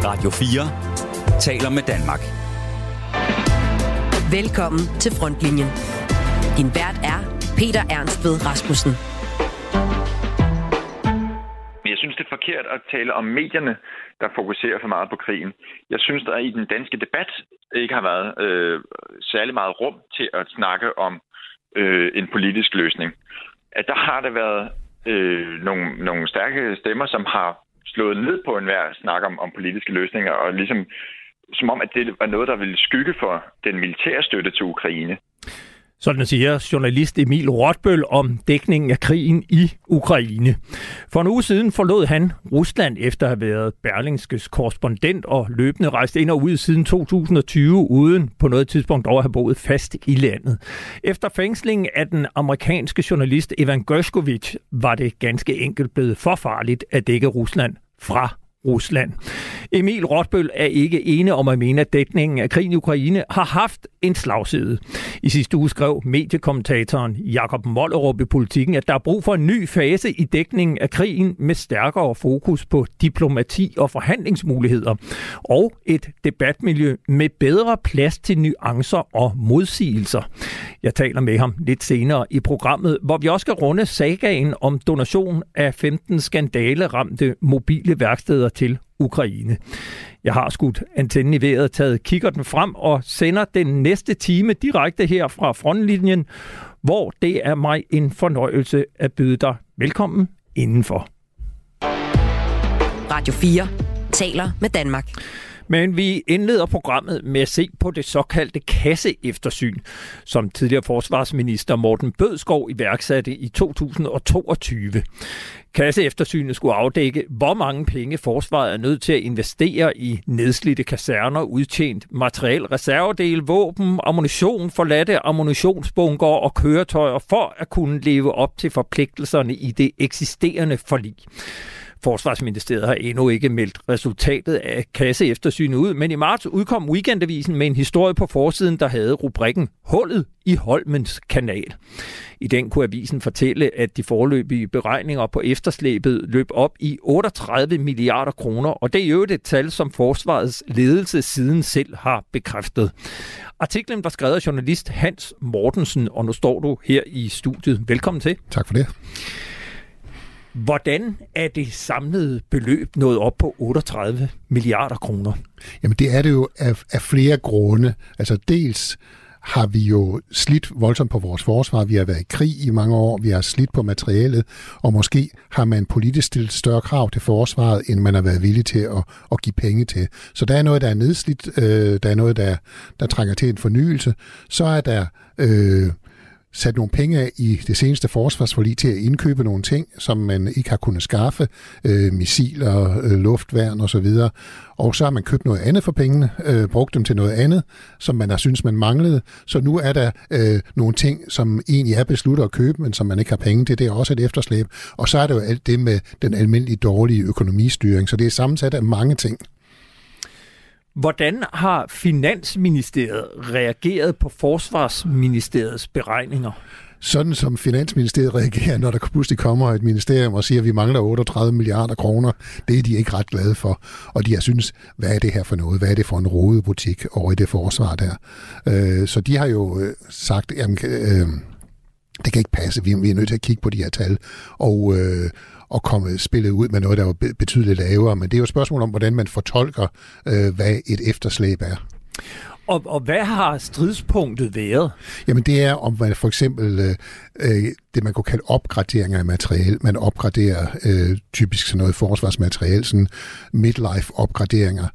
Radio 4 taler med Danmark. Velkommen til Frontlinjen. Din vært er Peter Ernstved Rasmussen. Jeg synes, det er forkert at tale om medierne, der fokuserer for meget på krigen. Jeg synes, der i den danske debat ikke har været særlig meget rum til at snakke om en politisk løsning. At der har der været nogle stærke stemmer, som har slået ned på enhver snak om politiske løsninger, og ligesom som om, at det var noget, der ville skygge for den militære støtte til Ukraine. Sådan siger journalist Emil Rotbøl om dækningen af krigen i Ukraine. For en uge siden forlod han Rusland efter at have været Berlingskes korrespondent og løbende rejst ind og ud siden 2020, uden på noget tidspunkt dog at have boet fast i landet. Efter fængslingen af den amerikanske journalist Evan Gershkovich var det ganske enkelt blevet for farligt at dække Rusland fra Rusland. Emil Rotbøl er ikke ene om at mene, at dækningen af krigen i Ukraine har haft en slagside. I sidste uge skrev mediekommentatoren Jakob Mollerup i Politikken, at der er brug for en ny fase i dækningen af krigen med stærkere fokus på diplomati og forhandlingsmuligheder og et debatmiljø med bedre plads til nuancer og modsigelser. Jeg taler med ham lidt senere i programmet, hvor vi også skal runde sagaen om donation af 15 skandaleramte mobile værksteder til Ukraine. Jeg har skudt antennen i vejret, taget kikkerten frem og sender den næste time direkte her fra Frontlinjen, hvor det er mig en fornøjelse at byde dig velkommen indenfor. Radio 4 taler med Danmark. Men vi indleder programmet med at se på det såkaldte kasseeftersyn, som tidligere forsvarsminister Morten Bødskov iværksatte i 2022. Kasseeftersynet skulle afdække, hvor mange penge forsvaret er nødt til at investere i nedslidte kaserner, udtjent materiel, reservedele, våben, ammunition, forladte ammunitionsbunker og køretøjer for at kunne leve op til forpligtelserne i det eksisterende forlig. Forsvarsministeriet har endnu ikke meldt resultatet af kasseeftersynet ud, men i marts udkom Weekendavisen med en historie på forsiden, der havde rubrikken Hullet i Holmens Kanal. I den kunne avisen fortælle, at de foreløbige beregninger på efterslæbet løb op i 38 milliarder kroner, og det er jo et tal, som forsvarets ledelse siden selv har bekræftet. Artiklen var skrevet af journalist Hans Mortensen, og nu står du her i studiet. Velkommen til. Tak for det. Hvordan er det samlede beløb nået op på 38 milliarder kroner? Jamen det er det jo af flere grunde. Altså dels har vi jo slidt voldsomt på vores forsvar. Vi har været i krig i mange år. Vi har slidt på materialet, og måske har man politisk stillet større krav til forsvaret, end man har været villig til at give penge til. Så der er noget, der er nedslidt. Der er noget, der trænger til en fornyelse. Så er der sat nogle penge af i det seneste forsvarsforlig til at indkøbe nogle ting, som man ikke har kunnet skaffe, missiler, luftværn osv. Og så har man købt noget andet for pengene, brugt dem til noget andet, som man har synes man manglede. Så nu er der nogle ting, som egentlig er besluttet at købe, men som man ikke har penge til. Det er også et efterslæb. Og så er der jo alt det med den almindelige dårlige økonomistyring. Så det er sammensat af mange ting. Hvordan har Finansministeriet reageret på Forsvarsministeriets beregninger? Sådan som Finansministeriet reagerer, når der pludselig kommer et ministerium og siger, at vi mangler 38 milliarder kroner, det er de ikke ret glade for. Og de har synes, hvad er det her for noget? Hvad er det for en rodebutik over i det forsvar der? Så de har jo sagt, jamen, det kan ikke passe, vi er nødt til at kigge på de her tal. Og komme spillet ud med noget, der var betydeligt lavere. Men det er jo et spørgsmål om, hvordan man fortolker, hvad et efterslæb er. Og hvad har stridspunktet været? Jamen det er, om man for eksempel det, man kunne kalde opgraderinger af materiel. Man opgraderer typisk sådan noget forsvarsmateriel, sådan midlife-opgraderinger.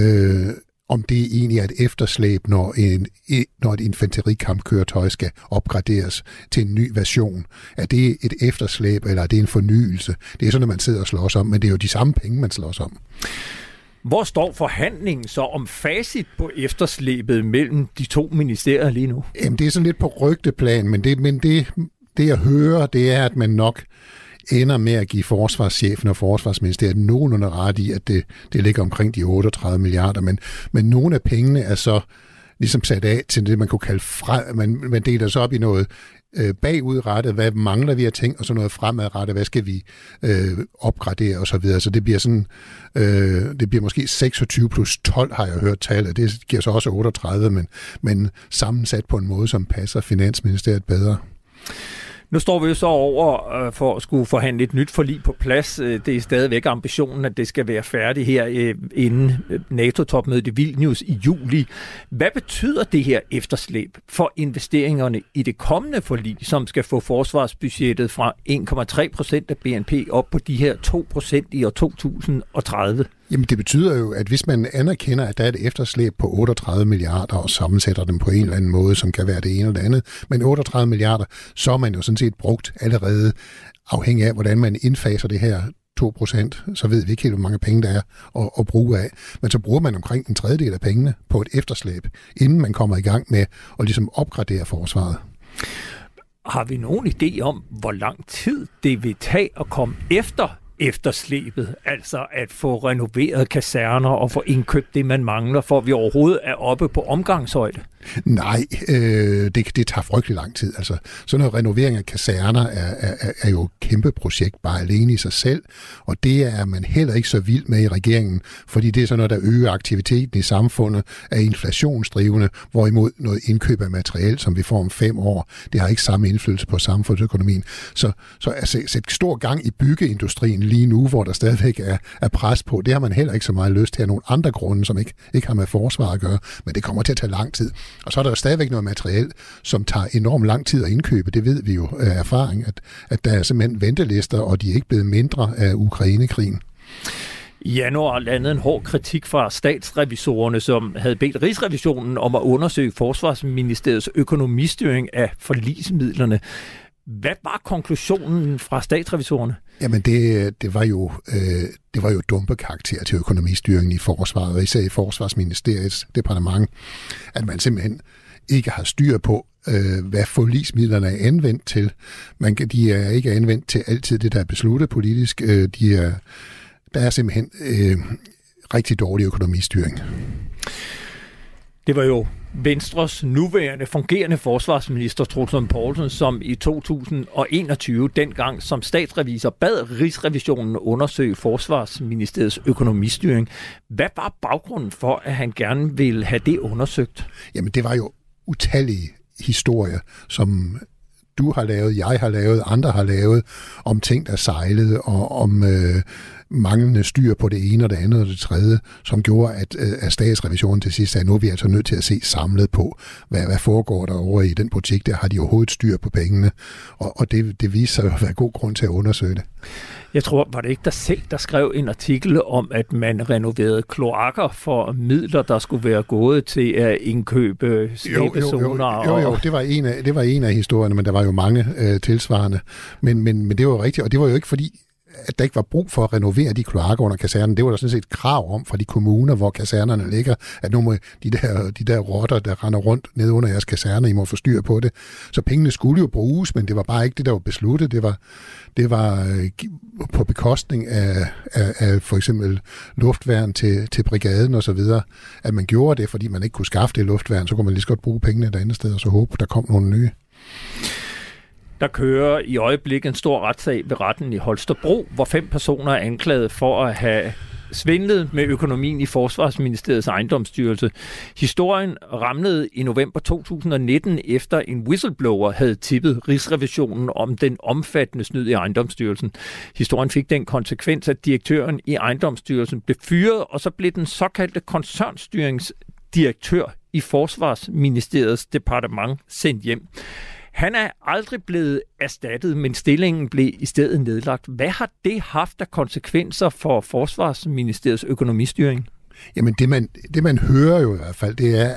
Om det egentlig er et efterslæb, når et infanterikampkøretøj skal opgraderes til en ny version. Er det et efterslæb, eller er det en fornyelse? Det er sådan, at man sidder og slås om, men det er jo de samme penge, man slås om. Hvor står forhandlingen så om facit på efterslæbet mellem de to ministerier lige nu? Jamen, det er sådan lidt på rygteplan, men det jeg hører, det er, at man nok ender med at give forsvarschefen og forsvarsministeriet nogenlunde ret i, at det ligger omkring de 38 milliarder, men nogle af pengene er så ligesom sat af til det, man kunne kalde man deler så op i noget bagudrettet, hvad mangler vi af ting, og så noget fremadrettet, hvad skal vi opgradere og så videre. Så det bliver sådan, det bliver måske 26 plus 12, har jeg hørt tallet. Det giver så også 38, men sammensat på en måde, som passer Finansministeriet bedre. Nu står vi jo så over for at skulle forhandle et nyt forlig på plads. Det er stadigvæk ambitionen, at det skal være færdigt her inden NATO-topmødet i Vilnius i juli. Hvad betyder det her efterslæb for investeringerne i det kommende forlig, som skal få forsvarsbudgettet fra 1,3% af BNP op på de her 2% i år 2030? Jamen det betyder jo, at hvis man anerkender, at der er et efterslæb på 38 milliarder, og sammensætter dem på en eller anden måde, som kan være det ene eller det andet, men 38 milliarder, så er man jo sådan set brugt allerede, afhængig af, hvordan man indfaser det her 2%, så ved vi ikke helt, hvor mange penge der er at bruge af. Men så bruger man omkring en tredjedel af pengene på et efterslæb, inden man kommer i gang med at ligesom opgradere forsvaret. Har vi nogen idé om, hvor lang tid det vil tage at komme efter efterslæbet, altså at få renoveret kaserner og få indkøbt det, man mangler, for at vi overhovedet er oppe på omgangshøjde? Nej, det tager frygtelig lang tid. Altså, sådan noget renovering af kaserner er jo et kæmpe projekt, bare alene i sig selv, og det er man heller ikke så vild med i regeringen, fordi det er sådan noget, der øger aktiviteten i samfundet, er inflationsdrivende, hvorimod noget indkøb af materiel, som vi får om 5 år, det har ikke samme indflydelse på samfundsøkonomien. Så altså, sæt stor gang i byggeindustrien lige nu, hvor der stadigvæk er pres på, det har man heller ikke så meget lyst til af nogle andre grunde, som ikke har med forsvar at gøre, men det kommer til at tage lang tid. Og så er der jo stadigvæk noget materiel, som tager enormt lang tid at indkøbe. Det ved vi jo af erfaring, at der er simpelthen ventelister, og de er ikke blevet mindre af Ukrainekrigen. I januar landede en hård kritik fra statsrevisorerne, som havde bedt Rigsrevisionen om at undersøge Forsvarsministeriets økonomistyring af forligsmidlerne. Hvad var konklusionen fra statsrevisorerne? Jamen det var jo dumpekarakter til økonomistyringen i forsvaret, og især i Forsvarsministeriets departement, at man simpelthen ikke har styr på, hvad forligsmidlerne er anvendt til. De er ikke anvendt til altid det, der er besluttet politisk. Der er simpelthen rigtig dårlig økonomistyring. Det var jo Venstres nuværende fungerende forsvarsminister Troels Lund Poulsen, som i 2021, dengang som statsrevisor, bad Rigsrevisionen undersøge Forsvarsministeriets økonomistyring. Hvad var baggrunden for, at han gerne ville have det undersøgt? Jamen, det var jo utallige historier, som du har lavet, jeg har lavet, andre har lavet, om ting, der sejlede, og om manglende styr på det ene og det andet og det tredje, som gjorde, at statsrevisionen til sidst sagde, nu er vi altså nødt til at se samlet på, hvad foregår der over i den butik, der har de overhovedet styr på pengene, og det viser sig at være god grund til at undersøge det. Jeg tror, var det ikke dig selv, der skrev en artikel om, at man renoverede kloakker for midler, der skulle være gået til at indkøbe slæbezoner? Jo, det var en af historierne, men der var jo mange tilsvarende. Men det var rigtigt, og det var jo ikke fordi, at der ikke var brug for at renovere de kloakker under kasernen. Det var der sådan set et krav om fra de kommuner, hvor kasernerne ligger, at nu må de der rotter, der render rundt ned under jeres kaserner, I må få styr på det. Så pengene skulle jo bruges, men det var bare ikke det, der var besluttet. Det var på bekostning af for eksempel luftværn til brigaden og så videre, at man gjorde det, fordi man ikke kunne skaffe det luftværn, så kunne man lige så godt bruge pengene et andet sted, og så håbe, der kom nogle nye. Der kører i øjeblikket en stor retssag ved retten i Holstebro, hvor 5 personer er anklaget for at have svindlet med økonomien i Forsvarsministeriets ejendomsstyrelse. Historien ramlede i november 2019, efter en whistleblower havde tippet Rigsrevisionen om den omfattende snyd i ejendomsstyrelsen. Historien fik den konsekvens, at direktøren i ejendomsstyrelsen blev fyret, og så blev den såkaldte koncernstyringsdirektør i Forsvarsministeriets departement sendt hjem. Han er aldrig blevet erstattet, men stillingen blev i stedet nedlagt. Hvad har det haft af konsekvenser for Forsvarsministeriets økonomistyring? Jamen det man hører jo i hvert fald, det er,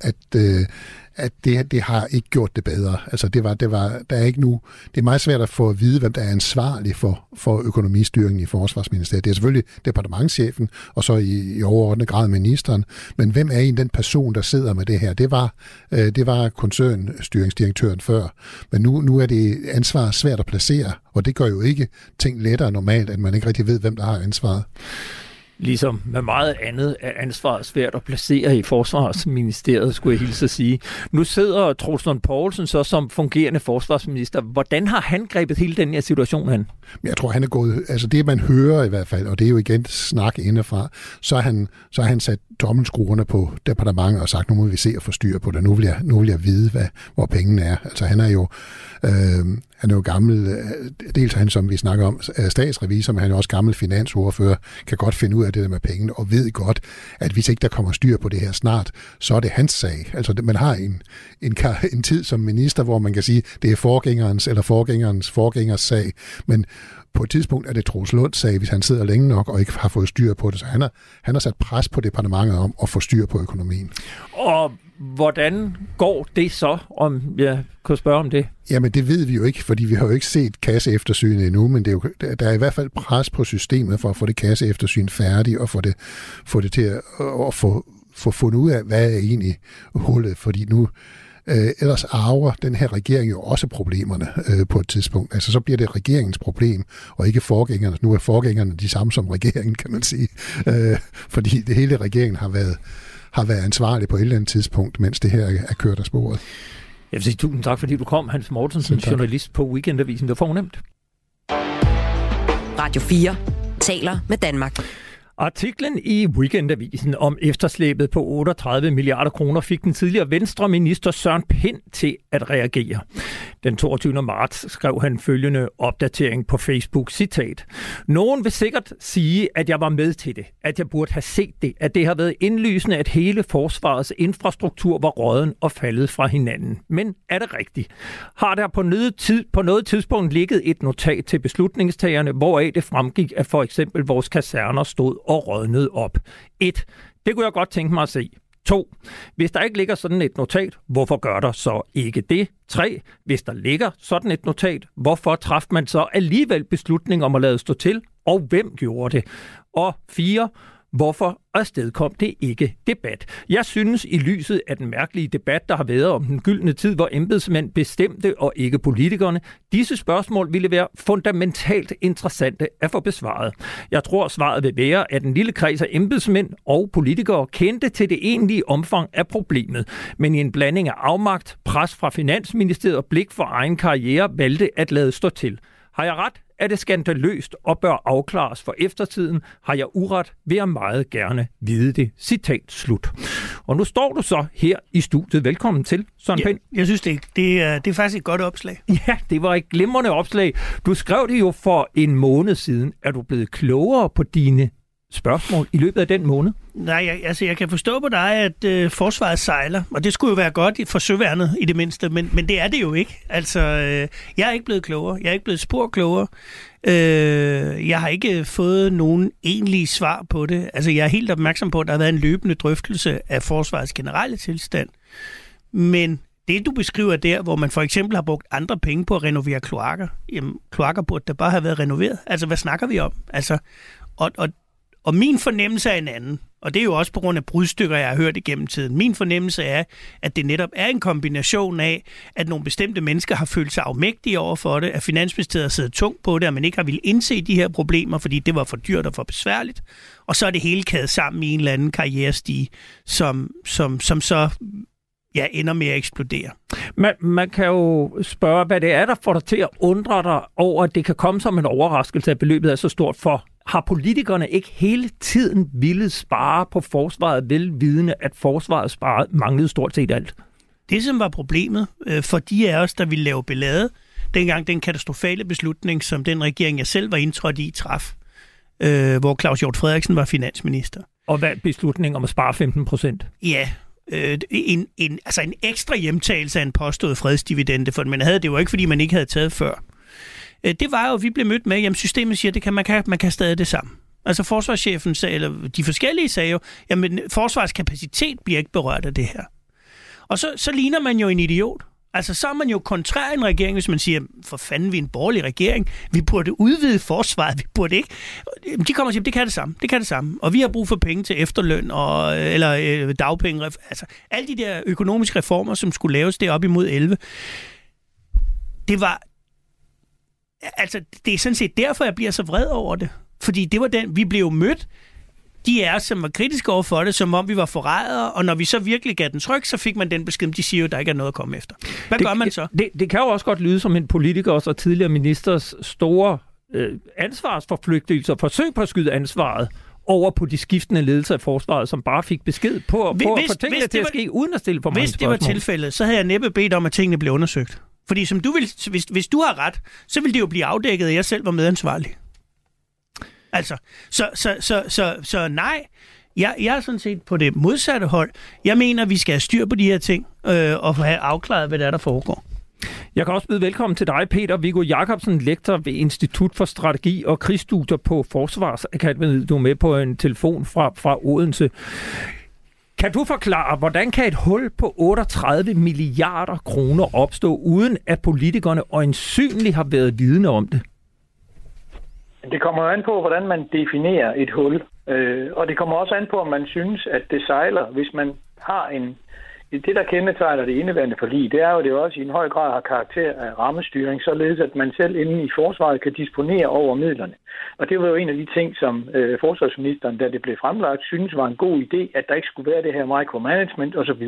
at det har ikke gjort det bedre. Altså der er ikke nu. Det er meget svært at få at vide, hvem der er ansvarlig for økonomistyringen i Forsvarsministeriet. Det er selvfølgelig departementschefen, og så i overordnet grad ministeren. Men hvem er egentlig den person, der sidder med det her? Det var koncernstyringsdirektøren før. Men nu er det ansvar svært at placere, og det gør jo ikke ting lettere normalt, at man ikke rigtig ved, hvem der har ansvaret. Ligesom med meget andet er ansvaret svært at placere i Forsvarsministeriet, skulle jeg hilse at sige. Nu sidder Troels Lund Poulsen så som fungerende forsvarsminister. Hvordan har han grebet hele den her situation hen? Jeg tror, han er gået... Altså det, man hører i hvert fald, og det er jo igen snak indefra, så har han sat tommelskruerne på departementet og sagt, nu må vi se og få styr på det. Nu vil jeg vide, hvor pengene er. Altså han er jo gammel, dels han, som vi snakker om, statsrevisor, men han er også gammel finansordfører, kan godt finde ud af det der med pengene, og ved godt, at hvis ikke der kommer styr på det her snart, så er det hans sag. Altså man har en tid som minister, hvor man kan sige, det er forgængerens eller forgængers sag, men på et tidspunkt er det Troels Lunds sag, hvis han sidder længe nok og ikke har fået styr på det. Så han har sat pres på departementet om at få styr på økonomien. Og hvordan går det så, om jeg kunne spørge om det? Jamen det ved vi jo ikke, fordi vi har jo ikke set kasseeftersynet endnu, men der er i hvert fald pres på systemet for at få det kasseeftersyn færdigt og få det til at få fundet ud af, hvad er egentlig hullet, fordi nu ellers arver den her regering jo også problemerne på et tidspunkt. Altså så bliver det regeringens problem, og ikke forgængerne. Nu er forgængerne de samme som regeringen, kan man sige. Fordi det hele regeringen har været ansvarlig på et eller andet tidspunkt, mens det her er kørt af sporet. Jeg vil sige tusind tak, fordi du kom, Hans Mortensen, journalist på Weekendavisen. Det var fornemt. Radio 4 taler med Danmark. Artiklen i Weekendavisen om efterslæbet på 38 milliarder kroner fik den tidligere Venstre-minister Søren Pind til at reagere. Den 22. marts skrev han følgende opdatering på Facebook, citat: "Nogen vil sikkert sige, at jeg var med til det, at jeg burde have set det, at det har været indlysende, at hele forsvarets infrastruktur var rådden og faldet fra hinanden. Men er det rigtigt? Har der på noget tidspunkt ligget et notat til beslutningstagerne, hvoraf det fremgik, at for eksempel vores kaserner stod og rådnede op? 1. Det kunne jeg godt tænke mig at se. 2. Hvis der ikke ligger sådan et notat, hvorfor gør der så ikke det? 3. Hvis der ligger sådan et notat, hvorfor træffede man så alligevel beslutning om at lade stå til? Og hvem gjorde det? Og 4. Hvorfor afstedkom det ikke debat? Jeg synes, i lyset af den mærkelige debat, der har været om den gyldne tid, hvor embedsmænd bestemte og ikke politikerne, disse spørgsmål ville være fundamentalt interessante at få besvaret. Jeg tror, svaret vil være, at den lille kreds af embedsmænd og politikere kendte til det egentlige omfang af problemet, men i en blanding af afmagt, pres fra Finansministeriet og blik for egen karriere valgte at lade stå til. Har jeg ret? Er det skandaløst og bør afklares for eftertiden? Har jeg uret? Vil jeg meget gerne vide det." Citat slut. Og nu står du så her i studiet. Velkommen til, Søren Pind. Jeg synes, det er faktisk et godt opslag. Ja, det var et glimrende opslag. Du skrev det jo for en måned siden. Er du blevet klogere på dine spørgsmål i løbet af den måned? Nej, jeg kan forstå på dig, at forsvaret sejler, og det skulle jo være godt for søværnet i det mindste, men det er det jo ikke. Altså, jeg er ikke blevet klogere. Jeg er ikke blevet spor klogere. Jeg har ikke fået nogen egentlige svar på det. Altså, jeg er helt opmærksom på, at der har været en løbende drøftelse af forsvarets generelle tilstand. Men det, du beskriver der, hvor man for eksempel har brugt andre penge på at renovere kloakker, jamen, kloakker burde da bare have været renoveret. Altså, hvad snakker vi om? Altså, og min fornemmelse er en anden, og det er jo også på grund af brudstykker, jeg har hørt igennem tiden. Min fornemmelse er, at det netop er en kombination af, at nogle bestemte mennesker har følt sig afmægtige over for det, at Finansministeriet har siddet tungt på det, at man ikke har ville indse de her problemer, fordi det var for dyrt og for besværligt. Og så er det hele kædet sammen i en eller anden karrierestige, som så ender med at eksplodere. Man kan jo spørge, hvad det er, der får dig til at undre dig over, at det kan komme som en overraskelse, at beløbet er så stort. For har politikerne ikke hele tiden ville spare på forsvaret, velvidende, at forsvaret manglede stort set alt? Det, som var problemet for de af os, der ville lave ballade, dengang den katastrofale beslutning, som den regering, jeg selv var indtrådt i, traf, hvor Claus Hjort Frederiksen var finansminister. Og hvad beslutning om at spare 15%? Ja, en ekstra hjemtagelse af en påstået fredsdividende, for man havde det jo ikke, fordi man ikke havde taget før. Det var jo, at vi blev mødt med, jamen systemet siger, at man kan stadig det samme. Altså forsvarschefen sagde, eller de forskellige sagde jo, jamen forsvarskapacitet bliver ikke berørt af det her. Og så ligner man jo en idiot. Altså så er man jo kontrær en regering, hvis man siger, for fanden, vi er en borgerlig regering, vi burde udvide forsvaret, vi burde ikke. De kommer og siger, det kan det samme. Og vi har brug for penge til efterløn, eller dagpenge, altså alle de der økonomiske reformer, som skulle laves deroppe imod 11. Det er sådan set derfor, jeg bliver så vred over det. Fordi det var vi blev mødt de er, som var kritiske over for det, som om vi var forrædere, og når vi så virkelig gav den tryk, så fik man den besked, de siger jo, der ikke er noget at komme efter. Hvad gør man så? Det kan jo også godt lyde som en politikers og tidligere ministers store ansvarsforflygtelser, forsøg på at skyde ansvaret over på de skiftende ledelser i forsvaret, som bare fik besked på at få tingene til at ske, uden at stille for mange spørgsmål. Hvis det var tilfældet, så havde jeg næppe bedt om, at tingene blev undersøgt. Fordi som du vil, hvis du har ret, så vil det jo blive afdækket, at jeg selv var medansvarlig. Altså, så nej, jeg er sådan set på det modsatte hold. Jeg mener, vi skal have styr på de her ting, og have afklaret, hvad der foregår. Jeg kan også byde velkommen til dig, Peter Viggo Jacobsen, lektor ved Institut for Strategi og Krigsstudier på Forsvarsakademiet. Du er med på en telefon fra Odense. Kan du forklare, hvordan kan et hul på 38 milliarder kroner opstå, uden at politikerne øjensynligt har været vidne om det? Det kommer an på, hvordan man definerer et hul. Og det kommer også an på, om man synes, at det sejler. Hvis man har det, der kendetegner det indeværende forlig, det er jo, det også i en høj grad har karakter af rammestyring, således at man selv inde i forsvaret kan disponere over midlerne. Og det var jo en af de ting, som forsvarsministeren, da det blev fremlagt, synes var en god idé, at der ikke skulle være det her micromanagement osv.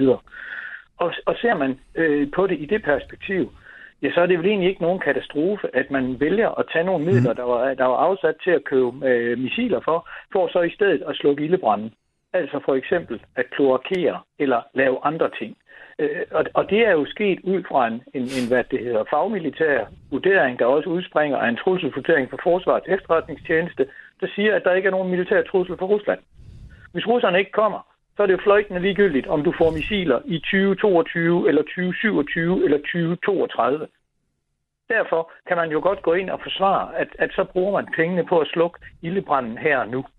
Og ser man på det i det perspektiv, ja, så er det vel egentlig ikke nogen katastrofe, at man vælger at tage nogle midler, der var afsat til at købe missiler for så i stedet at slukke ildebranden. Altså for eksempel at kloakere eller lave andre ting. Og det er jo sket ud fra en hvad det hedder, fagmilitær vurdering, der også udspringer af en trusselsvurdering for Forsvarets efterretningstjeneste, der siger, at der ikke er nogen militær trussel for Rusland. Hvis russerne ikke kommer, så er det jo fløjtende ligegyldigt, om du får missiler i 2022 eller 2027 eller 2032. Derfor kan man jo godt gå ind og forsvare, at så bruger man pengene på at slukke ildebranden her og nu.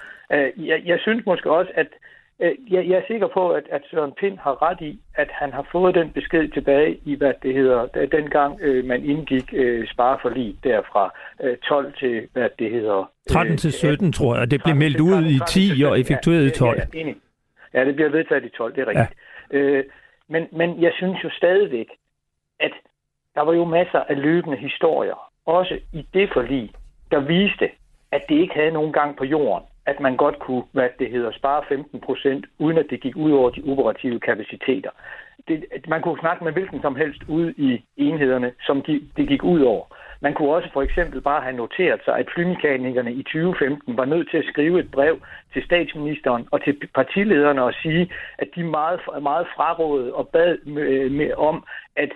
Jeg synes måske også, at jeg er sikker på, at Søren Pind har ret i, at han har fået den besked tilbage i, hvad det hedder, dengang man indgik spareforlig derfra 12 til, hvad det hedder... 13 til 17, tror jeg. Det blev meldt ud i 10 og effektueret i 12. Ja, det bliver vedtaget i 12, det er rigtigt. Ja. Men jeg synes jo stadigvæk, at der var jo masser af løbende historier, også i det forlig, der viste, at det ikke havde nogen gang på jorden, at man godt kunne, hvad det hedder, spare 15%, uden at det gik ud over de operative kapaciteter. Man kunne snakke med hvilken som helst ude i enhederne, som det gik ud over. Man kunne også for eksempel bare have noteret sig, at flymekanikerne i 2015 var nødt til at skrive et brev til statsministeren og til partilederne og sige, at de meget, meget frarådede og bad om, at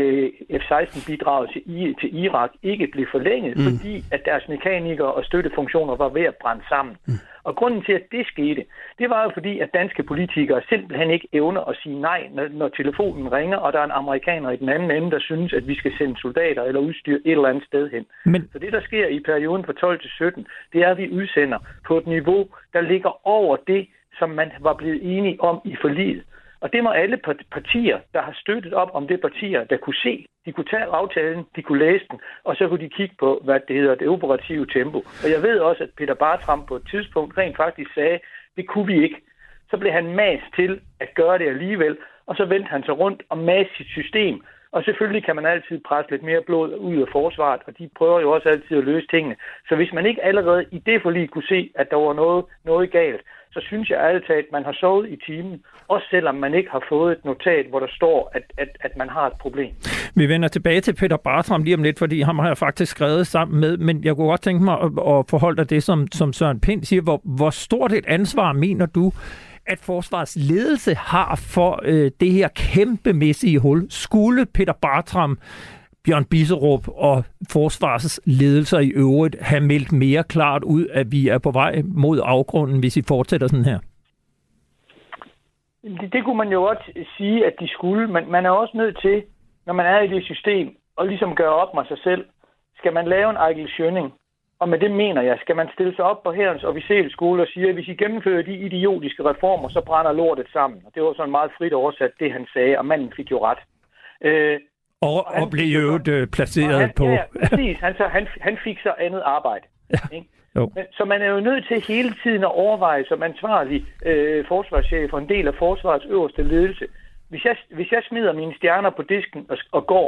F-16-bidraget til Irak ikke blev forlænget, fordi at deres mekanikere og støttefunktioner var ved at brænde sammen. Og grunden til, at det skete, det var jo fordi, at danske politikere simpelthen ikke evner at sige nej, når telefonen ringer, og der er en amerikaner i den anden ende, der synes, at vi skal sende soldater eller udstyr et eller andet sted hen. Så det, der sker i perioden fra 12 til 17, det er, at vi udsender på et niveau, der ligger over det, som man var blevet enige om i forliget. Og det må alle partier, der har støttet op om det partier, der kunne se, de kunne tage aftalen, de kunne læse den, og så kunne de kigge på, hvad det hedder, det operative tempo. Og jeg ved også, at Peter Bartram på et tidspunkt rent faktisk sagde, det kunne vi ikke. Så blev han mast til at gøre det alligevel, og så vendte han sig rundt og maste sit system. Og selvfølgelig kan man altid presse lidt mere blod ud af forsvaret, og de prøver jo også altid at løse tingene. Så hvis man ikke allerede i det forlig kunne se, at der var noget galt, så synes jeg ærligt talt, at man har sovet i timen, også selvom man ikke har fået et notat, hvor der står, at man har et problem. Vi vender tilbage til Peter Bartram lige om lidt, fordi ham har jeg faktisk skrevet sammen med, men jeg kunne godt tænke mig at forholde dig det, som Søren Pind siger. Hvor stort et ansvar mener du, at forsvarets ledelse har for det her kæmpemæssige hul? Skulle Peter Bartram, Bjørn Bisserup og forsvarets ledelser i øvrigt have meldt mere klart ud, at vi er på vej mod afgrunden, hvis I fortsætter sådan her? Det kunne man jo godt sige, at de skulle, men man er også nødt til, når man er i det system, og ligesom gøre op med sig selv, skal man lave en Eigil Schønning, og med det mener jeg, skal man stille sig op på Hærens officersskole og sige, at hvis I gennemfører de idiotiske reformer, så brænder lortet sammen. Og det var sådan meget frit oversat, det han sagde, og manden fik jo ret. Og blev jo placeret på... Ja, præcis. Han fik så andet arbejde. Ja. Så man er jo nødt til hele tiden at overveje som ansvarlig forsvarschef og en del af forsvarets øverste ledelse. Hvis jeg smider mine stjerner på disken og går,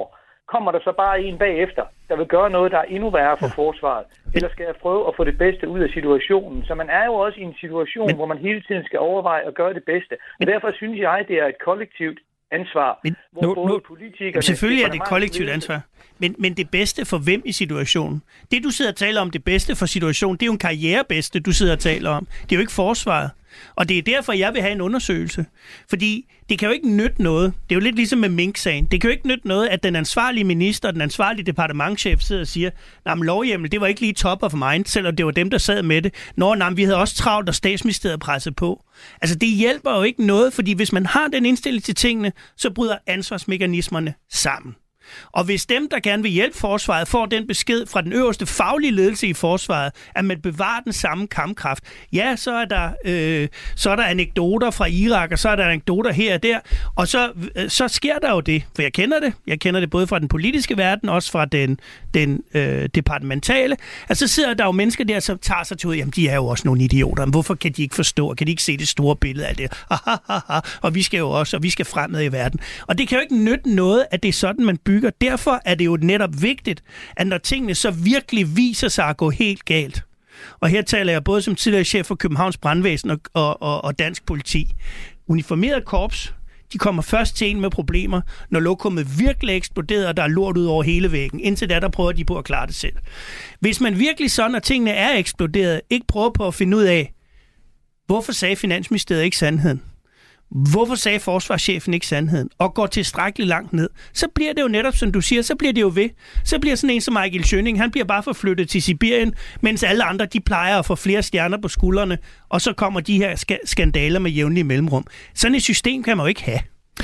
kommer der så bare en bagefter, der vil gøre noget, der er endnu værre for forsvaret? Eller skal jeg prøve at få det bedste ud af situationen? Så man er jo også i en situation, hvor man hele tiden skal overveje at gøre det bedste. Og derfor synes jeg, det er et kollektivt ansvar. Hvor både politikere... Selvfølgelig er det et kollektivt ansvar. Men det bedste for hvem i situationen? Det, du sidder og taler om, det bedste for situationen, det er jo en karrierebedste, du sidder og taler om. Det er jo ikke forsvaret. Og det er derfor, jeg vil have en undersøgelse. Fordi det kan jo ikke nytte noget. Det er jo lidt ligesom med Mink-sagen. Det kan jo ikke nytte noget, at den ansvarlige minister, den ansvarlige departementschef sidder og siger, nej, lovhjemmel, det var ikke lige top of mind, selvom det var dem, der sad med det. Vi havde også travlt, og statsministeriet presset på. Altså, det hjælper jo ikke noget, fordi hvis man har den indstilling til tingene, så bryder ansvarsmekanismerne sammen. Og hvis dem, der gerne vil hjælpe forsvaret, får den besked fra den øverste faglige ledelse i forsvaret, at man bevarer den samme kampkraft, ja, så er der anekdoter fra Irak, og så er der anekdoter her og der, og så sker der jo det, for jeg kender det. Jeg kender det både fra den politiske verden, også fra den departementale. Altså, så sidder der jo mennesker der, som tager sig til ud, jamen, de er jo også nogle idioter. Men hvorfor kan de ikke forstå, kan de ikke se det store billede af det? Og vi skal jo også, og vi skal fremad i verden. Og det kan jo ikke nytte noget, at det er sådan, man bygger. Derfor er det jo netop vigtigt, at når tingene så virkelig viser sig at gå helt galt, og her taler jeg både som tidligere chef for Københavns Brandvæsen og dansk politi, uniformeret korps, de kommer først til en med problemer, når lokummet virkelig eksploderer, og der er lort ud over hele væggen. Indtil da, der prøver de på at klare det selv. Hvis man virkelig så, når tingene er eksploderet, ikke prøver på at finde ud af, hvorfor sagde Finansministeriet ikke sandheden? Hvorfor sagde forsvarschefen ikke sandheden? Og går tilstrækkeligt langt ned. Så bliver det jo netop, som du siger, så bliver det jo ved. Så bliver sådan en som Michael Schønning, han bliver bare forflyttet til Sibirien, mens alle andre, de plejer at få flere stjerner på skuldrene, og så kommer de her skandaler med jævnlige mellemrum. Sådan et system kan man jo ikke have.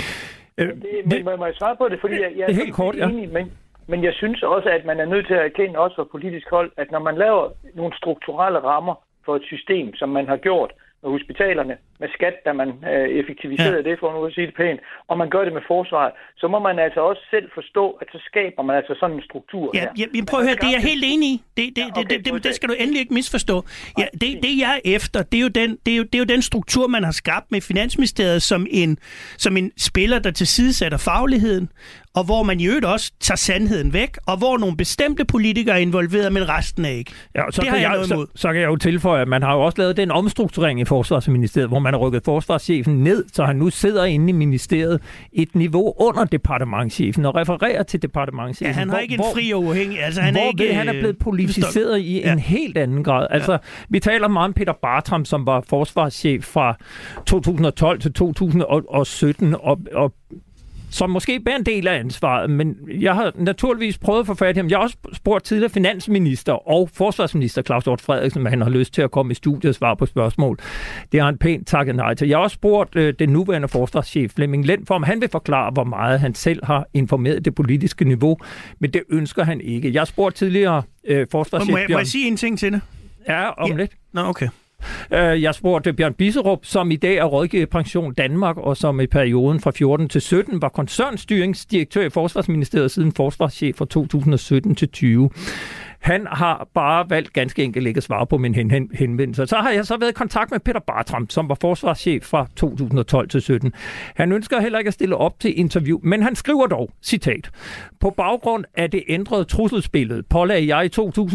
Må jeg svare på det? Fordi jeg det er helt kort, ja. Enig, men jeg synes også, at man er nødt til at erkende også fra politisk hold, at når man laver nogle strukturelle rammer for et system, som man har gjort med hospitalerne, med skat, da man effektiviserede det, for nu at sige det pænt, og man gør det med forsvaret, så må man altså også selv forstå, at så skaber man altså sådan en struktur her. Ja, prøv at høre, det er jeg helt enig i. Det skal du endelig ikke misforstå. Ja, det jeg er efter, det er jo den struktur, man har skabt med Finansministeriet som en spiller, der tilsidesætter fagligheden, og hvor man i øvrigt også tager sandheden væk, og hvor nogle bestemte politikere er involveret, men resten er ikke. Ja, det har jeg noget imod. Så kan jeg jo tilføje, at man har jo også lavet den omstrukturering i Forsvarsministeriet, hvor man har rykket forsvarschefen ned, så han nu sidder inde i ministeriet et niveau under departementschefen og refererer til departementschefen. Ja, han har ikke en fri og uafhængig. Altså, han er blevet politiseret i en helt anden grad. Altså, vi taler meget om Peter Bartram, som var forsvarschef fra 2012 til 2017, og som måske bærer en del af ansvaret, men jeg har naturligvis prøvet at få fat i ham. Jeg har også spurgt tidligere finansminister og forsvarsminister Claus Hjort Frederiksen, om han har lyst til at komme i studiet og svare på spørgsmål. Det har han pænt takket nej til. Jeg har også spurgt den nuværende forsvarschef Flemming Lind for, om han vil forklare, hvor meget han selv har informeret det politiske niveau, men det ønsker han ikke. Jeg har spurgt tidligere forsvarschef... Må jeg sige en ting til det? Ja, om lidt. Nå, okay. Jeg spurgte Bjørn Bisserup, som i dag er rådgiver i Pension Danmark, og som i perioden fra 14 til 17 var koncernstyringsdirektør i Forsvarsministeriet siden forsvarschef fra 2017 til 20. Han har bare valgt ganske enkelt ikke at svare på min henvendelse. Så har jeg så været i kontakt med Peter Bartram, som var forsvarschef fra 2012 til 17. Han ønsker heller ikke at stille op til interview, men han skriver dog, citat, på baggrund af det ændrede trusselsbillede pålagde jeg i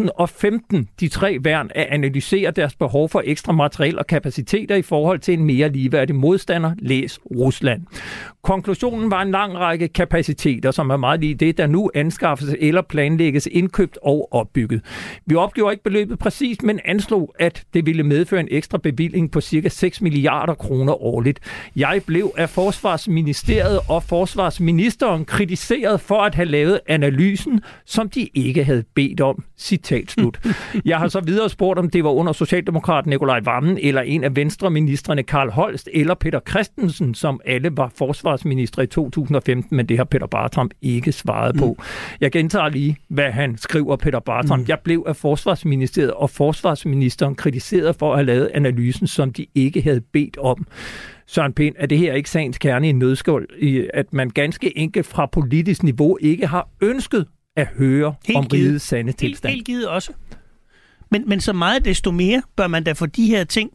2015 de 3 værn at analysere deres behov for ekstra materiel og kapaciteter i forhold til en mere ligeværdig modstander, læs Rusland. Konklusionen var en lang række kapaciteter, som er meget lige det, der nu anskaffes eller planlægges indkøbt og opbygget. Vi opgjorde ikke beløbet præcist, men anslog, at det ville medføre en ekstra bevilling på ca. 6 milliarder kroner årligt. Jeg blev af Forsvarsministeriet og Forsvarsministeren kritiseret for at have lavet analysen, som de ikke havde bedt om. Citat slut. Jeg har så videre spurgt, om det var under Socialdemokraten Nikolaj Wammen eller en af Venstre-ministrene Karl Holst eller Peter Christensen, som alle var forsvarsministre i 2015, men det har Peter Bartram ikke svaret på. Jeg gentager lige, hvad han skriver, Peter Bartram. Jeg blev af Forsvarsministeriet og Forsvarsministeren kritiseret for at have lavet analysen, som de ikke havde bedt om. Søren Pind, er det her ikke sagens kerne i en nødskål, at man ganske enkelt fra politisk niveau ikke har ønsket at høre om rigets sande tilstand? Helt givet også. Men så meget desto mere bør man da få de her ting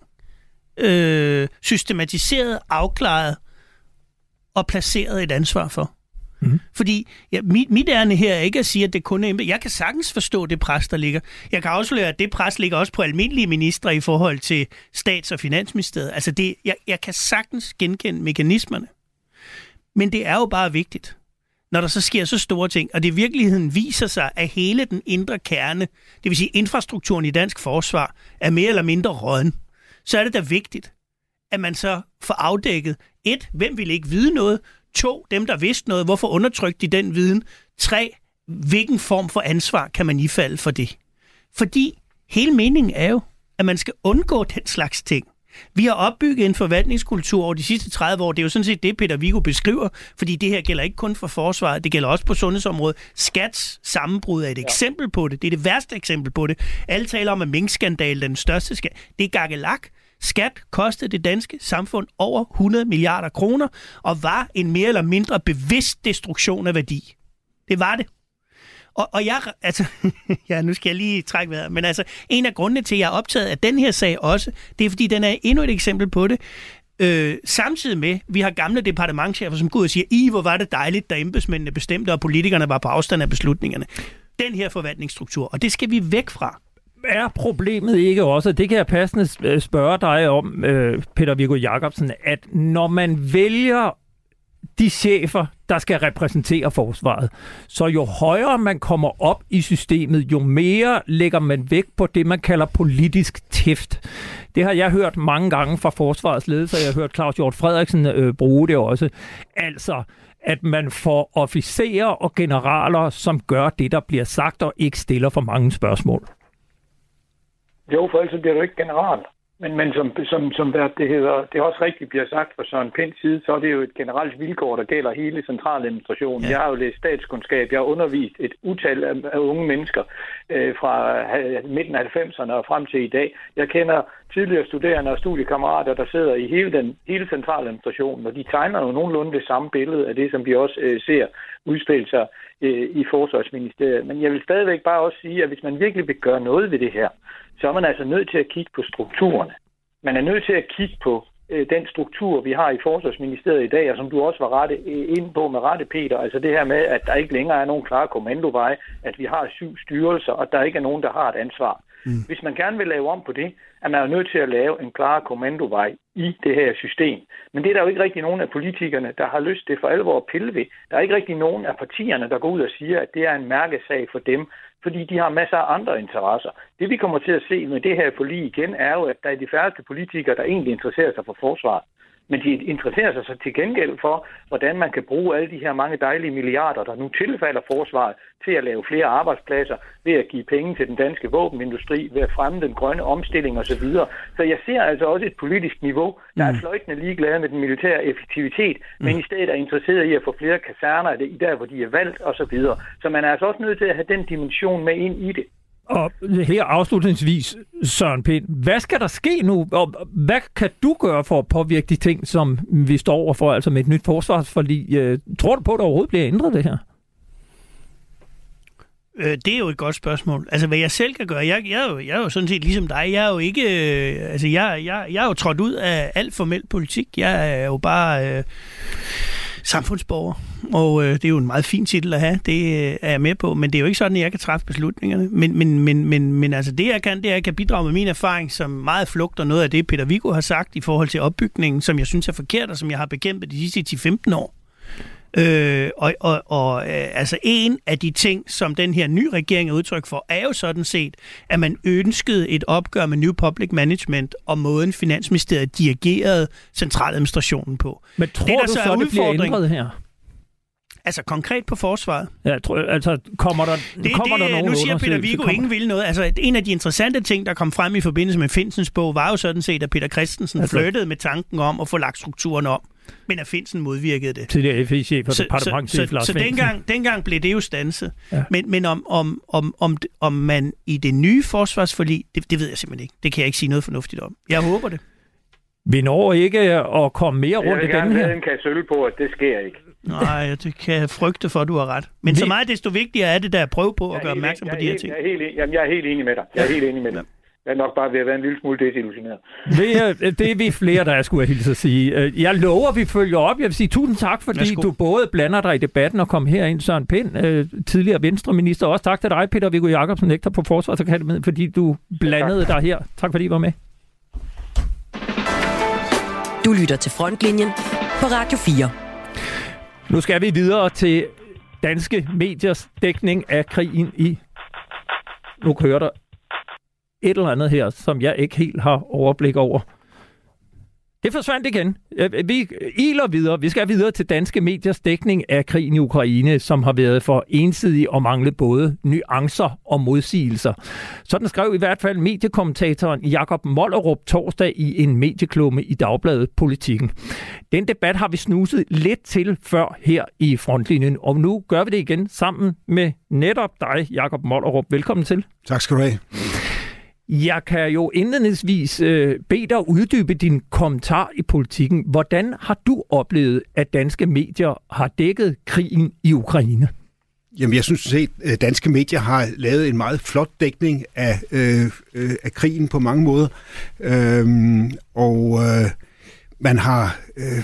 systematiseret, afklaret og placeret et ansvar for. Fordi mit ærne her er ikke at sige, at det kun er... Jeg kan sagtens forstå det pres, der ligger. Jeg kan afsløre, at det pres ligger også på almindelige ministre i forhold til stats- og finansministeriet. Altså jeg kan sagtens genkende mekanismerne. Men det er jo bare vigtigt, når der så sker så store ting, og det i virkeligheden viser sig, at hele den indre kerne, det vil sige infrastrukturen i dansk forsvar, er mere eller mindre rådden, så er det da vigtigt, at man så får afdækket 1. Hvem vil ikke vide noget? 2. Dem, der vidste noget, hvorfor undertrykte de den viden? 3. Hvilken form for ansvar kan man ifalde for det? Fordi hele meningen er jo, at man skal undgå den slags ting. Vi har opbygget en forvaltningskultur over de sidste 30 år. Det er jo sådan set det, Peter Viggo beskriver, fordi det her gælder ikke kun for forsvaret, det gælder også på sundhedsområdet. Skats sammenbrud er et eksempel på det. Det er det værste eksempel på det. Alle taler om, at minkskandalen er den største skandal. Det er gakkelak. Skat kostede det danske samfund over 100 milliarder kroner, og var en mere eller mindre bevidst destruktion af værdi. Det var det. Og jeg, altså, ja, nu skal jeg lige trække vejret, men altså, en af grundene til, at jeg er optaget af den her sag også, det er, fordi den er endnu et eksempel på det. Samtidig med, vi har gamle departementschefer, som går ud og siger, hvor var det dejligt, da embedsmændene bestemte, og politikerne var på afstand af beslutningerne. Den her forvaltningsstruktur, og det skal vi væk fra. Er problemet ikke også, det kan jeg passende spørge dig om, Peter Viggo Jacobsen, at når man vælger de chefer, der skal repræsentere forsvaret, så jo højere man kommer op i systemet, jo mere lægger man vægt på det, man kalder politisk tæft. Det har jeg hørt mange gange fra forsvarets ledelse, jeg har hørt Claus Hjort Frederiksen bruge det også. Altså, at man får officerer og generaler, som gør det, der bliver sagt, og ikke stiller for mange spørgsmål. Jo, for ellers bliver du ikke general. Men som det hedder, det er også rigtigt bliver sagt fra Søren Pinds side, så er det jo et generelt vilkår, der gælder hele centraladministrationen. Ja. Jeg har jo læst statskundskab, jeg har undervist et utal af unge mennesker fra midten af 90'erne og frem til i dag. Jeg kender tidligere studerende og studiekammerater, der sidder i hele centraladministrationen, og de tegner jo nogenlunde det samme billede af det, som vi også ser udspille sig i Forsvarsministeriet. Men jeg vil stadigvæk bare også sige, at hvis man virkelig vil gøre noget ved det her, så er man altså nødt til at kigge på strukturerne. Man er nødt til at kigge på den struktur, vi har i Forsvarsministeriet i dag, og som du også var inde på med rette, Peter, altså det her med, at der ikke længere er nogen klare kommandoveje, at vi har 7 styrelser, og der ikke er nogen, der har et ansvar. Hvis man gerne vil lave om på det, er man jo nødt til at lave en klar kommandovej i det her system. Men det er der jo ikke rigtig nogen af politikerne, der har lyst til for alvor at pille ved. Der er ikke rigtig nogen af partierne, der går ud og siger, at det er en mærkesag for dem, fordi de har masser af andre interesser. Det vi kommer til at se med det her forlig igen, er jo, at der er de færreste politikere, der egentlig interesserer sig for forsvaret. Men de interesserer sig så til gengæld for, hvordan man kan bruge alle de her mange dejlige milliarder, der nu tilfalder forsvaret, til at lave flere arbejdspladser, ved at give penge til den danske våbenindustri, ved at fremme den grønne omstilling osv. Så jeg ser altså også et politisk niveau, der er fløjtende ligeglade med den militære effektivitet, men i stedet er interesseret i at få flere kaserner der, hvor de er valgt osv. Så man er altså også nødt til at have den dimension med ind i det. Og her afslutningsvis, Søren Pind, hvad skal der ske nu? Og hvad kan du gøre for at påvirke de ting, som vi står overfor, altså med et nyt forsvarsforlig? Tror du på, at der overhovedet bliver ændret det her? Det er jo et godt spørgsmål. Altså, hvad jeg selv kan gøre, jeg er jo sådan set ligesom dig. Jeg er jo ikke... jeg er jo trådt ud af alt formel politik. Jeg er jo bare... samfundsborger, og det er jo en meget fin titel at have, det er jeg med på, men det er jo ikke sådan, at jeg kan træffe beslutningerne. Men altså det jeg kan, det er, at jeg kan bidrage med min erfaring, som meget flugter noget af det, Peter Viggo har sagt i forhold til opbygningen, som jeg synes er forkert, og som jeg har bekæmpet de sidste 10-15 år. Altså en af de ting, som den her nye regering er udtryk for, er jo sådan set, at man ønskede et opgør med New Public Management og måden Finansministeriet dirigerede centraladministrationen på. Men tror du så, det bliver ændret her? Altså konkret på forsvaret? Ja, altså kommer der nogen? Nu siger Peter Viggo, ingen vil noget. Altså en af de interessante ting, der kom frem i forbindelse med Findsens bog, var jo sådan set, at Peter Christensen flirtede med tanken om at få lagt strukturen om. Men at Findsen modvirkede det. Til det FE-chef og departementchef Lars Findsen. Så dengang blev det jo standset. Ja. Men om man i det nye forsvarsforlig, det ved jeg simpelthen ikke. Det kan jeg ikke sige noget fornuftigt om. Jeg håber det. Vi når ikke at komme mere rundt i den her. Jeg kan sølge på, at det sker ikke. Nej, det kan jeg frygte for, at du har ret. Men så meget desto vigtigere er det der at prøve på at gøre opmærksom på de her ting. Jeg er helt enig med dig. Jeg er nok bare ved at være en lille smule desillusioneret. Det er vi flere, der skulle hilse at sige. Jeg lover, at vi følger op. Jeg vil sige tusind tak, fordi du både blander dig i debatten og kom herind, Søren Pind, tidligere Venstreminister. Også tak til dig, Peter Viggo Jacobsen, lektor på Forsvarsakademiet, fordi du blandede dig her. Tak fordi I var med. Du lytter til Frontlinjen på Radio 4. Nu skal vi videre til danske mediers dækning af krigen i... Nu kører der et eller andet her, som jeg ikke helt har overblik over. Det forsvandt igen. Vi iler videre. Vi skal videre til danske mediers dækning af krigen i Ukraine, som har været for ensidig og manglet både nuancer og modsigelser. Sådan skrev i hvert fald mediekommentatoren Jakob Mollerup torsdag i en medieklumme i Dagbladet Politikken. Den debat har vi snuset lidt til før her i Frontlinjen, og nu gør vi det igen sammen med netop dig, Jakob Mollerup. Velkommen til. Tak skal du have. Jeg kan jo indledningsvis bede dig uddybe din kommentar i Politikken. Hvordan har du oplevet, at danske medier har dækket krigen i Ukraine? Jamen, jeg synes at danske medier har lavet en meget flot dækning af krigen på mange måder. Man har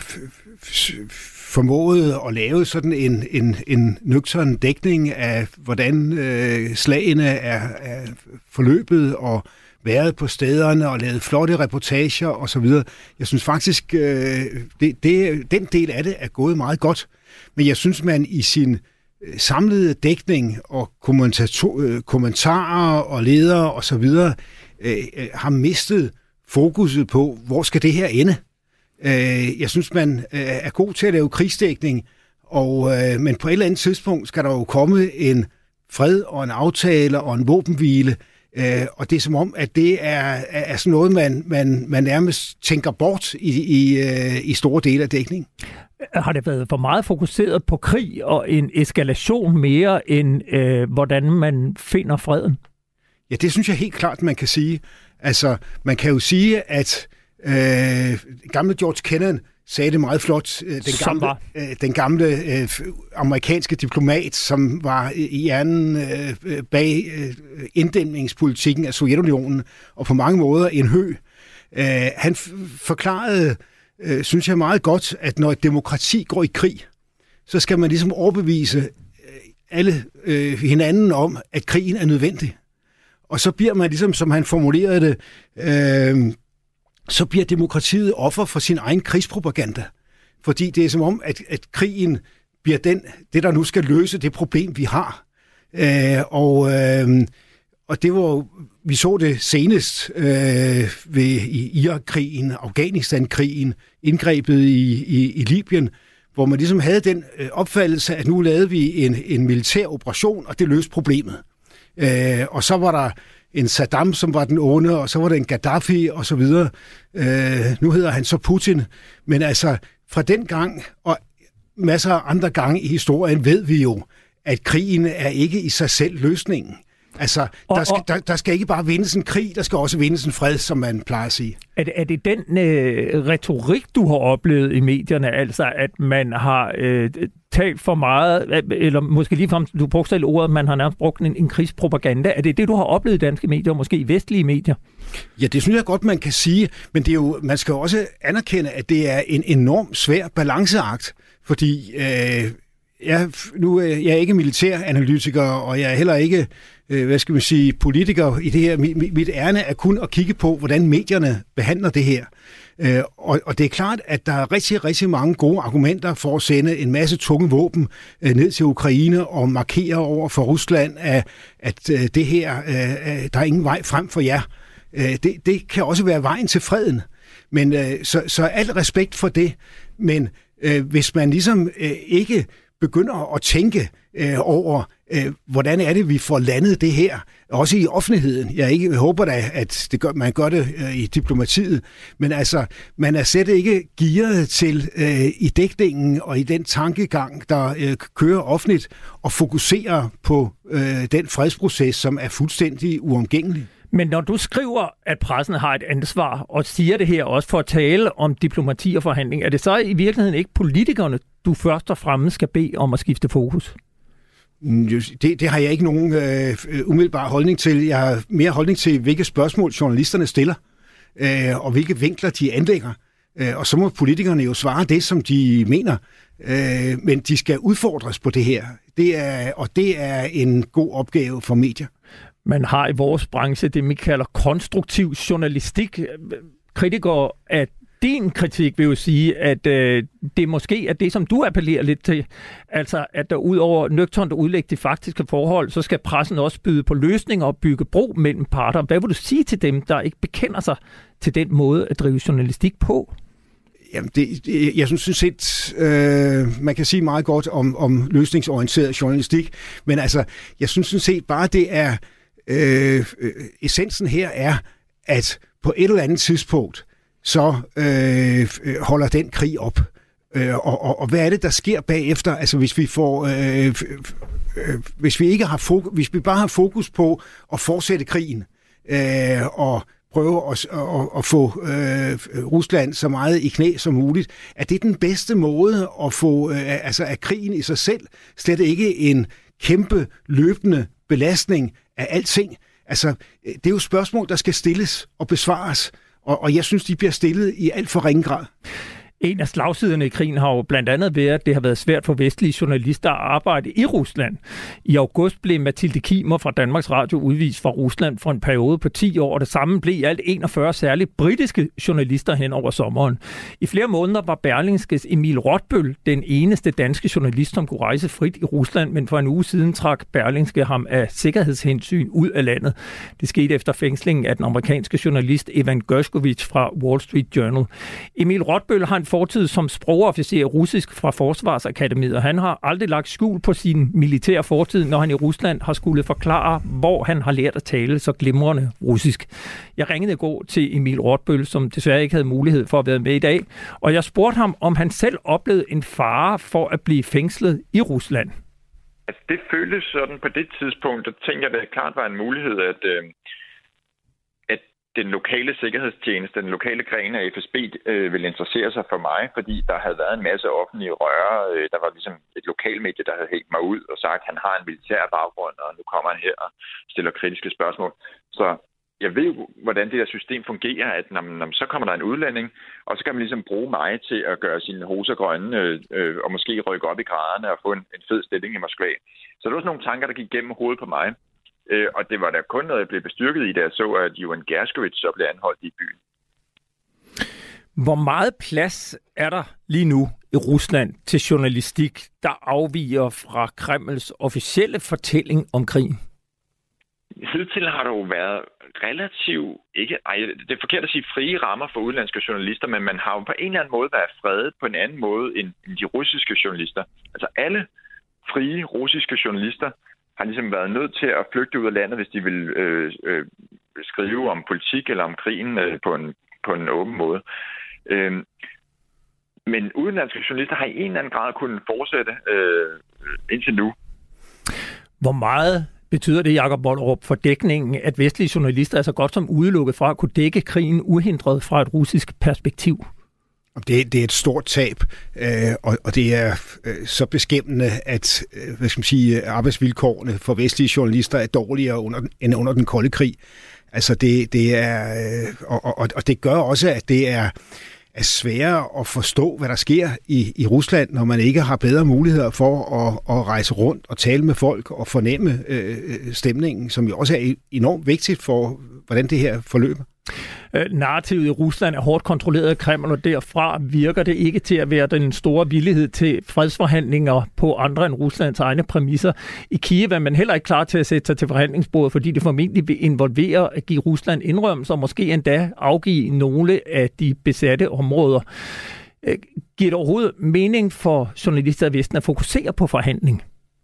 formået at lave sådan en nøgtern dækning af, hvordan slagene er forløbet og været på stederne og lavet flotte reportager osv. Jeg synes faktisk, den del af det er gået meget godt. Men jeg synes, man i sin samlede dækning og kommentarer og ledere osv. Har mistet fokuset på, hvor skal det her ende? Jeg synes, man er god til at lave krigsdækning, men på et eller andet tidspunkt skal der jo komme en fred og en aftale og en våbenhvile, og det er som om, at det er sådan noget, man nærmest tænker bort i store dele af dækningen. Har det været for meget fokuseret på krig og en eskalation mere end hvordan man finder freden? Ja, det synes jeg helt klart, man kan sige. Altså, man kan jo sige, at gamle George Kennan sagde det meget flot. Den gamle amerikanske diplomat, som var i hjernen bag inddæmningspolitikken af Sovjetunionen, og på mange måder en hø. Han forklarede, synes jeg meget godt, at når et demokrati går i krig, så skal man ligesom overbevise alle hinanden om, at krigen er nødvendig. Og så bliver man ligesom, som han formulerede det, så bliver demokratiet offer for sin egen krigspropaganda. Fordi det er som om, at krigen bliver det, der nu skal løse det problem, vi har. Og det var vi så det senest ved Irak-krigen, Afghanistan-krigen, indgrebet i Libyen, hvor man ligesom havde den opfattelse, at nu lavede vi en militær operation, og det løste problemet. Og så var der en Saddam, som var den onde, og så var der en Gaddafi, og så videre. Nu hedder han så Putin. Men altså, fra den gang, og masser af andre gange i historien, ved vi jo, at krigen er ikke i sig selv løsningen. Altså, der skal ikke bare vindes en krig, der skal også vindes en fred, som man plejer at sige. Er det den retorik, du har oplevet i medierne, altså at man har talt for meget, eller måske ligefrem, du brugte selv ordet, man har nærmest brugt en krigspropaganda. Er det det, du har oplevet i danske medier, måske i vestlige medier? Ja, det synes jeg godt, man kan sige, men det er jo, man skal jo også anerkende, at det er en enormt svær balanceakt, fordi nu er jeg ikke militæranalytiker, og jeg er heller ikke politiker i det her. Mit ærne er kun at kigge på, hvordan medierne behandler det her. Og det er klart, at der er rigtig, rigtig mange gode argumenter for at sende en masse tunge våben ned til Ukraine og markere over for Rusland, at det her, der er ingen vej frem for jer. Det kan også være vejen til freden. Men så al respekt for det. Men hvis man ligesom ikke begynder at tænke over, hvordan er det, vi får landet det her, også i offentligheden. Jeg håber da, at man gør det i diplomatiet, men altså, man er slet ikke gearet til i dækningen og i den tankegang, der kører offentligt, og fokusere på den fredsproces, som er fuldstændig uomgængelig. Men når du skriver, at pressen har et ansvar, og siger det her også for at tale om diplomati og forhandling, er det så i virkeligheden ikke politikerne, du først og fremmest skal bede om at skifte fokus? Det har jeg ikke nogen umiddelbar holdning til. Jeg har mere holdning til, hvilke spørgsmål journalisterne stiller, og hvilke vinkler de anlægger. Og så må politikerne jo svare det, som de mener. Men de skal udfordres på det her. Det er en god opgave for medier. Man har i vores branche det, man kalder konstruktiv journalistik. Kritikere af din kritik vil jo sige, at det måske er det, som du appellerer lidt til. Altså, at der udover nøgternt at udlægge de faktiske forhold, så skal pressen også byde på løsninger og bygge bro mellem parter. Hvad vil du sige til dem, der ikke bekender sig til den måde at drive journalistik på? Jamen, jeg synes set, man kan sige meget godt om løsningsorienteret journalistik, men altså, jeg synes set bare, det er essensen her er, at på et eller andet tidspunkt, så holder den krig op. Og hvad er det, der sker bagefter? Altså, hvis vi får, hvis vi bare har fokus på at fortsætte krigen og prøve at få Rusland så meget i knæ som muligt, er det den bedste måde at få, at krigen i sig selv slet ikke en kæmpe løbende belastning af alting. Altså, det er jo spørgsmål, der skal stilles og besvares, og jeg synes, de bliver stillet i alt for ringe grad. En af slagsiderne i krigen har jo blandt andet været, at det har været svært for vestlige journalister at arbejde i Rusland. I august blev Mathilde Kimer fra Danmarks Radio udvist fra Rusland for en periode på 10 år, og det samme blev i alt 41 særligt britiske journalister hen over sommeren. I flere måneder var Berlingskes Emil Rotbøl den eneste danske journalist, som kunne rejse frit i Rusland, men for en uge siden trak Berlingske ham af sikkerhedshensyn ud af landet. Det skete efter fængslingen af den amerikanske journalist Evan Gershkovich fra Wall Street Journal. Emil Rotbøl har en fortid som sprogofficer i russisk fra Forsvarsakademiet, og han har aldrig lagt skjul på sin militære fortid, når han i Rusland har skulle forklare, hvor han har lært at tale så glimrende russisk. Jeg ringede i går til Emil Rotbøl, som desværre ikke havde mulighed for at være med i dag, og jeg spurgte ham, om han selv oplevede en fare for at blive fængslet i Rusland. Altså, det føltes sådan på det tidspunkt, og tænkte jeg, at det klart var en mulighed, at den lokale sikkerhedstjeneste, den lokale gren af FSB, ville interessere sig for mig, fordi der havde været en masse offentlige røre. Der var ligesom et lokalmedie, der havde hængt mig ud og sagt, at han har en militær baggrund, og nu kommer han her og stiller kritiske spørgsmål. Så jeg ved jo, hvordan det der system fungerer, at når så kommer der en udlænding, og så kan man ligesom bruge mig til at gøre sine hoser grønne, og måske rykke op i graderne og få en fed stilling i Moskva. Så det var sådan nogle tanker, der gik gennem hovedet på mig. Og det var da kun noget, jeg blev bestyrket i, da jeg så, at Evan Gershkovich så blev anholdt i byen. Hvor meget plads er der lige nu i Rusland til journalistik, der afviger fra Kremls officielle fortælling om krigen? Hidtil har der jo været relativt, det er forkert at sige frie rammer for udenlandske journalister, men man har jo på en eller anden måde været fredet på en anden måde end de russiske journalister. Altså alle frie russiske journalister har ligesom været nødt til at flygte ud af landet, hvis de vil skrive om politik eller om krigen på en åben måde. Men udenlandske journalister har i en eller anden grad kunnet fortsætte indtil nu. Hvor meget betyder det, Jakob Vollerup, for dækningen, at vestlige journalister er så godt som udelukket fra at kunne dække krigen uhindret fra et russisk perspektiv? Det er et stort tab, og det er så beskæmmende, at arbejdsvilkårene for vestlige journalister er dårligere end under den kolde krig. Altså det er, og det gør også, at det er sværere at forstå, hvad der sker i Rusland, når man ikke har bedre muligheder for at rejse rundt og tale med folk og fornemme stemningen, som jo også er enormt vigtigt for, hvordan det her forløber. Narrativet i Rusland er hårdt kontrolleret af Kreml, og derfra virker det ikke til at være den store villighed til fredsforhandlinger på andre end Ruslands egne præmisser. I Kiev er man heller ikke klar til at sætte sig til forhandlingsbordet, fordi det formentlig vil involvere at give Rusland indrømmelser og måske endda afgive nogle af de besatte områder. Giver det overhovedet mening for journalister i Vesten at fokusere på forhandling?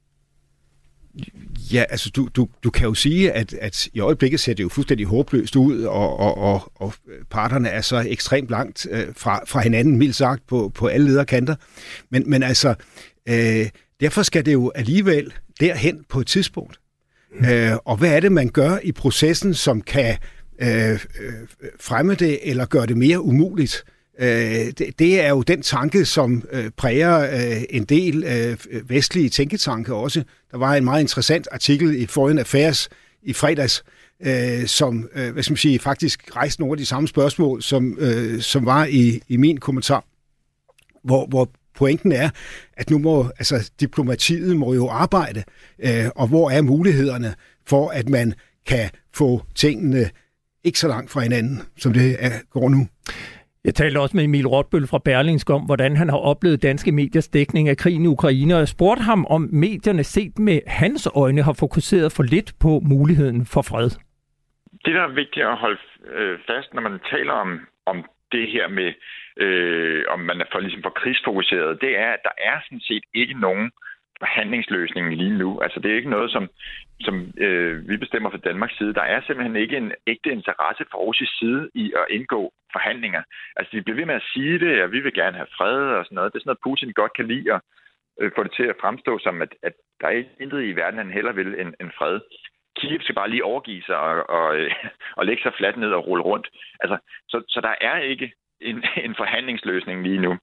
Ja, altså du kan jo sige, at i øjeblikket ser det jo fuldstændig håbløst ud, og parterne er så ekstremt langt fra hinanden, mildt sagt, på alle lederkanter. Men altså, derfor skal det jo alligevel derhen på et tidspunkt. Og hvad er det, man gør i processen, som kan fremme det eller gøre det mere umuligt? Det er jo den tanke, som præger en del vestlige tænketanke også. Der var en meget interessant artikel i Foreign Affairs i fredags, som faktisk rejste nogle af de samme spørgsmål, som var i min kommentar, hvor pointen er, at nu må diplomatiet må jo arbejde, og hvor er mulighederne for, at man kan få tingene ikke så langt fra hinanden, som det går nu. Jeg talte også med Emil Rotbøl fra Berlingske om, hvordan han har oplevet danske mediers dækning af krigen i Ukraine, og jeg spurgte ham, om medierne set med hans øjne har fokuseret for lidt på muligheden for fred. Det, der er vigtigt at holde fast, når man taler om det her med, om man er for krigsfokuseret, det er, at der er sådan set ikke nogen forhandlingsløsning lige nu. Altså, det er ikke noget, som vi bestemmer fra Danmarks side. Der er simpelthen ikke en ægte interesse fra russisk side i at indgå forhandlinger. Altså, de bliver ved med at sige det, og vi vil gerne have fred og sådan noget. Det er sådan noget, Putin godt kan lide at få det til at fremstå som, at der er intet i verden, han hellere vil end fred. Kiev skal bare lige overgive sig og lægge sig fladt ned og rulle rundt. Altså, så der er ikke en forhandlingsløsning lige nu.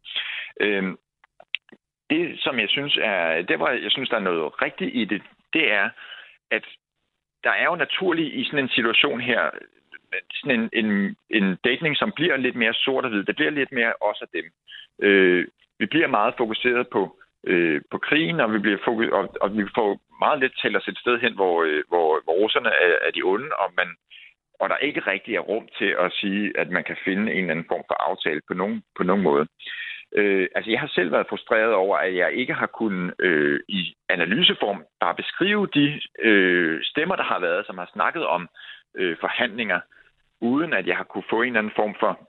Det, som jeg synes der er noget rigtigt i det, det er, at der er jo naturligt i sådan en situation her, sådan en dækning, som bliver lidt mere sort og hvid. Det bliver lidt mere os og dem. Vi bliver meget fokuseret på krigen, og vi får meget lidt til os et sted hen, hvor russerne er de onde, og der ikke rigtig er rum til at sige, at man kan finde en eller anden form for aftale på nogen måde. Jeg har selv været frustreret over, at jeg ikke har kunnet i analyseform bare beskrive de stemmer, der har været, som har snakket om forhandlinger, uden at jeg har kunne få en eller anden form for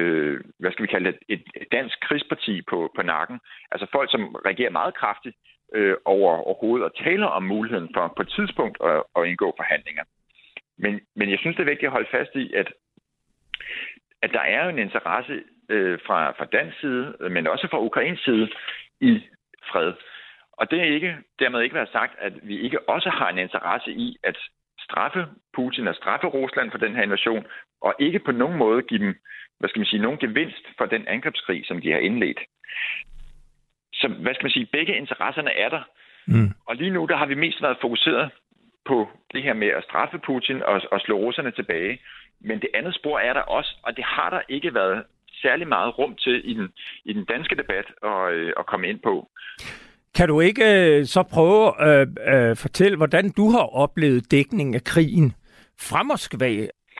et dansk krigsparti på nakken. Altså folk, som reagerer meget kraftigt overhovedet og taler om muligheden for på et tidspunkt at indgå forhandlinger. Men jeg synes, det er vigtigt at holde fast i, at der er jo en interesse fra dansk side, men også fra Ukrains side i fred. Og det er ikke dermed ikke været sagt, at vi ikke også har en interesse i at straffe Putin og straffe Rusland for den her invasion, og ikke på nogen måde give dem, nogen gevinst for den angrebskrig, som de har indledt. Så, begge interesserne er der. Mm. Og lige nu, der har vi mest været fokuseret på det her med at straffe Putin og slå russerne tilbage. Men det andet spor er der også, og det har der ikke været særlig meget rum til i den danske debat at komme ind på. Kan du ikke så prøve at fortælle, hvordan du har oplevet dækningen af krigen fra Moskva?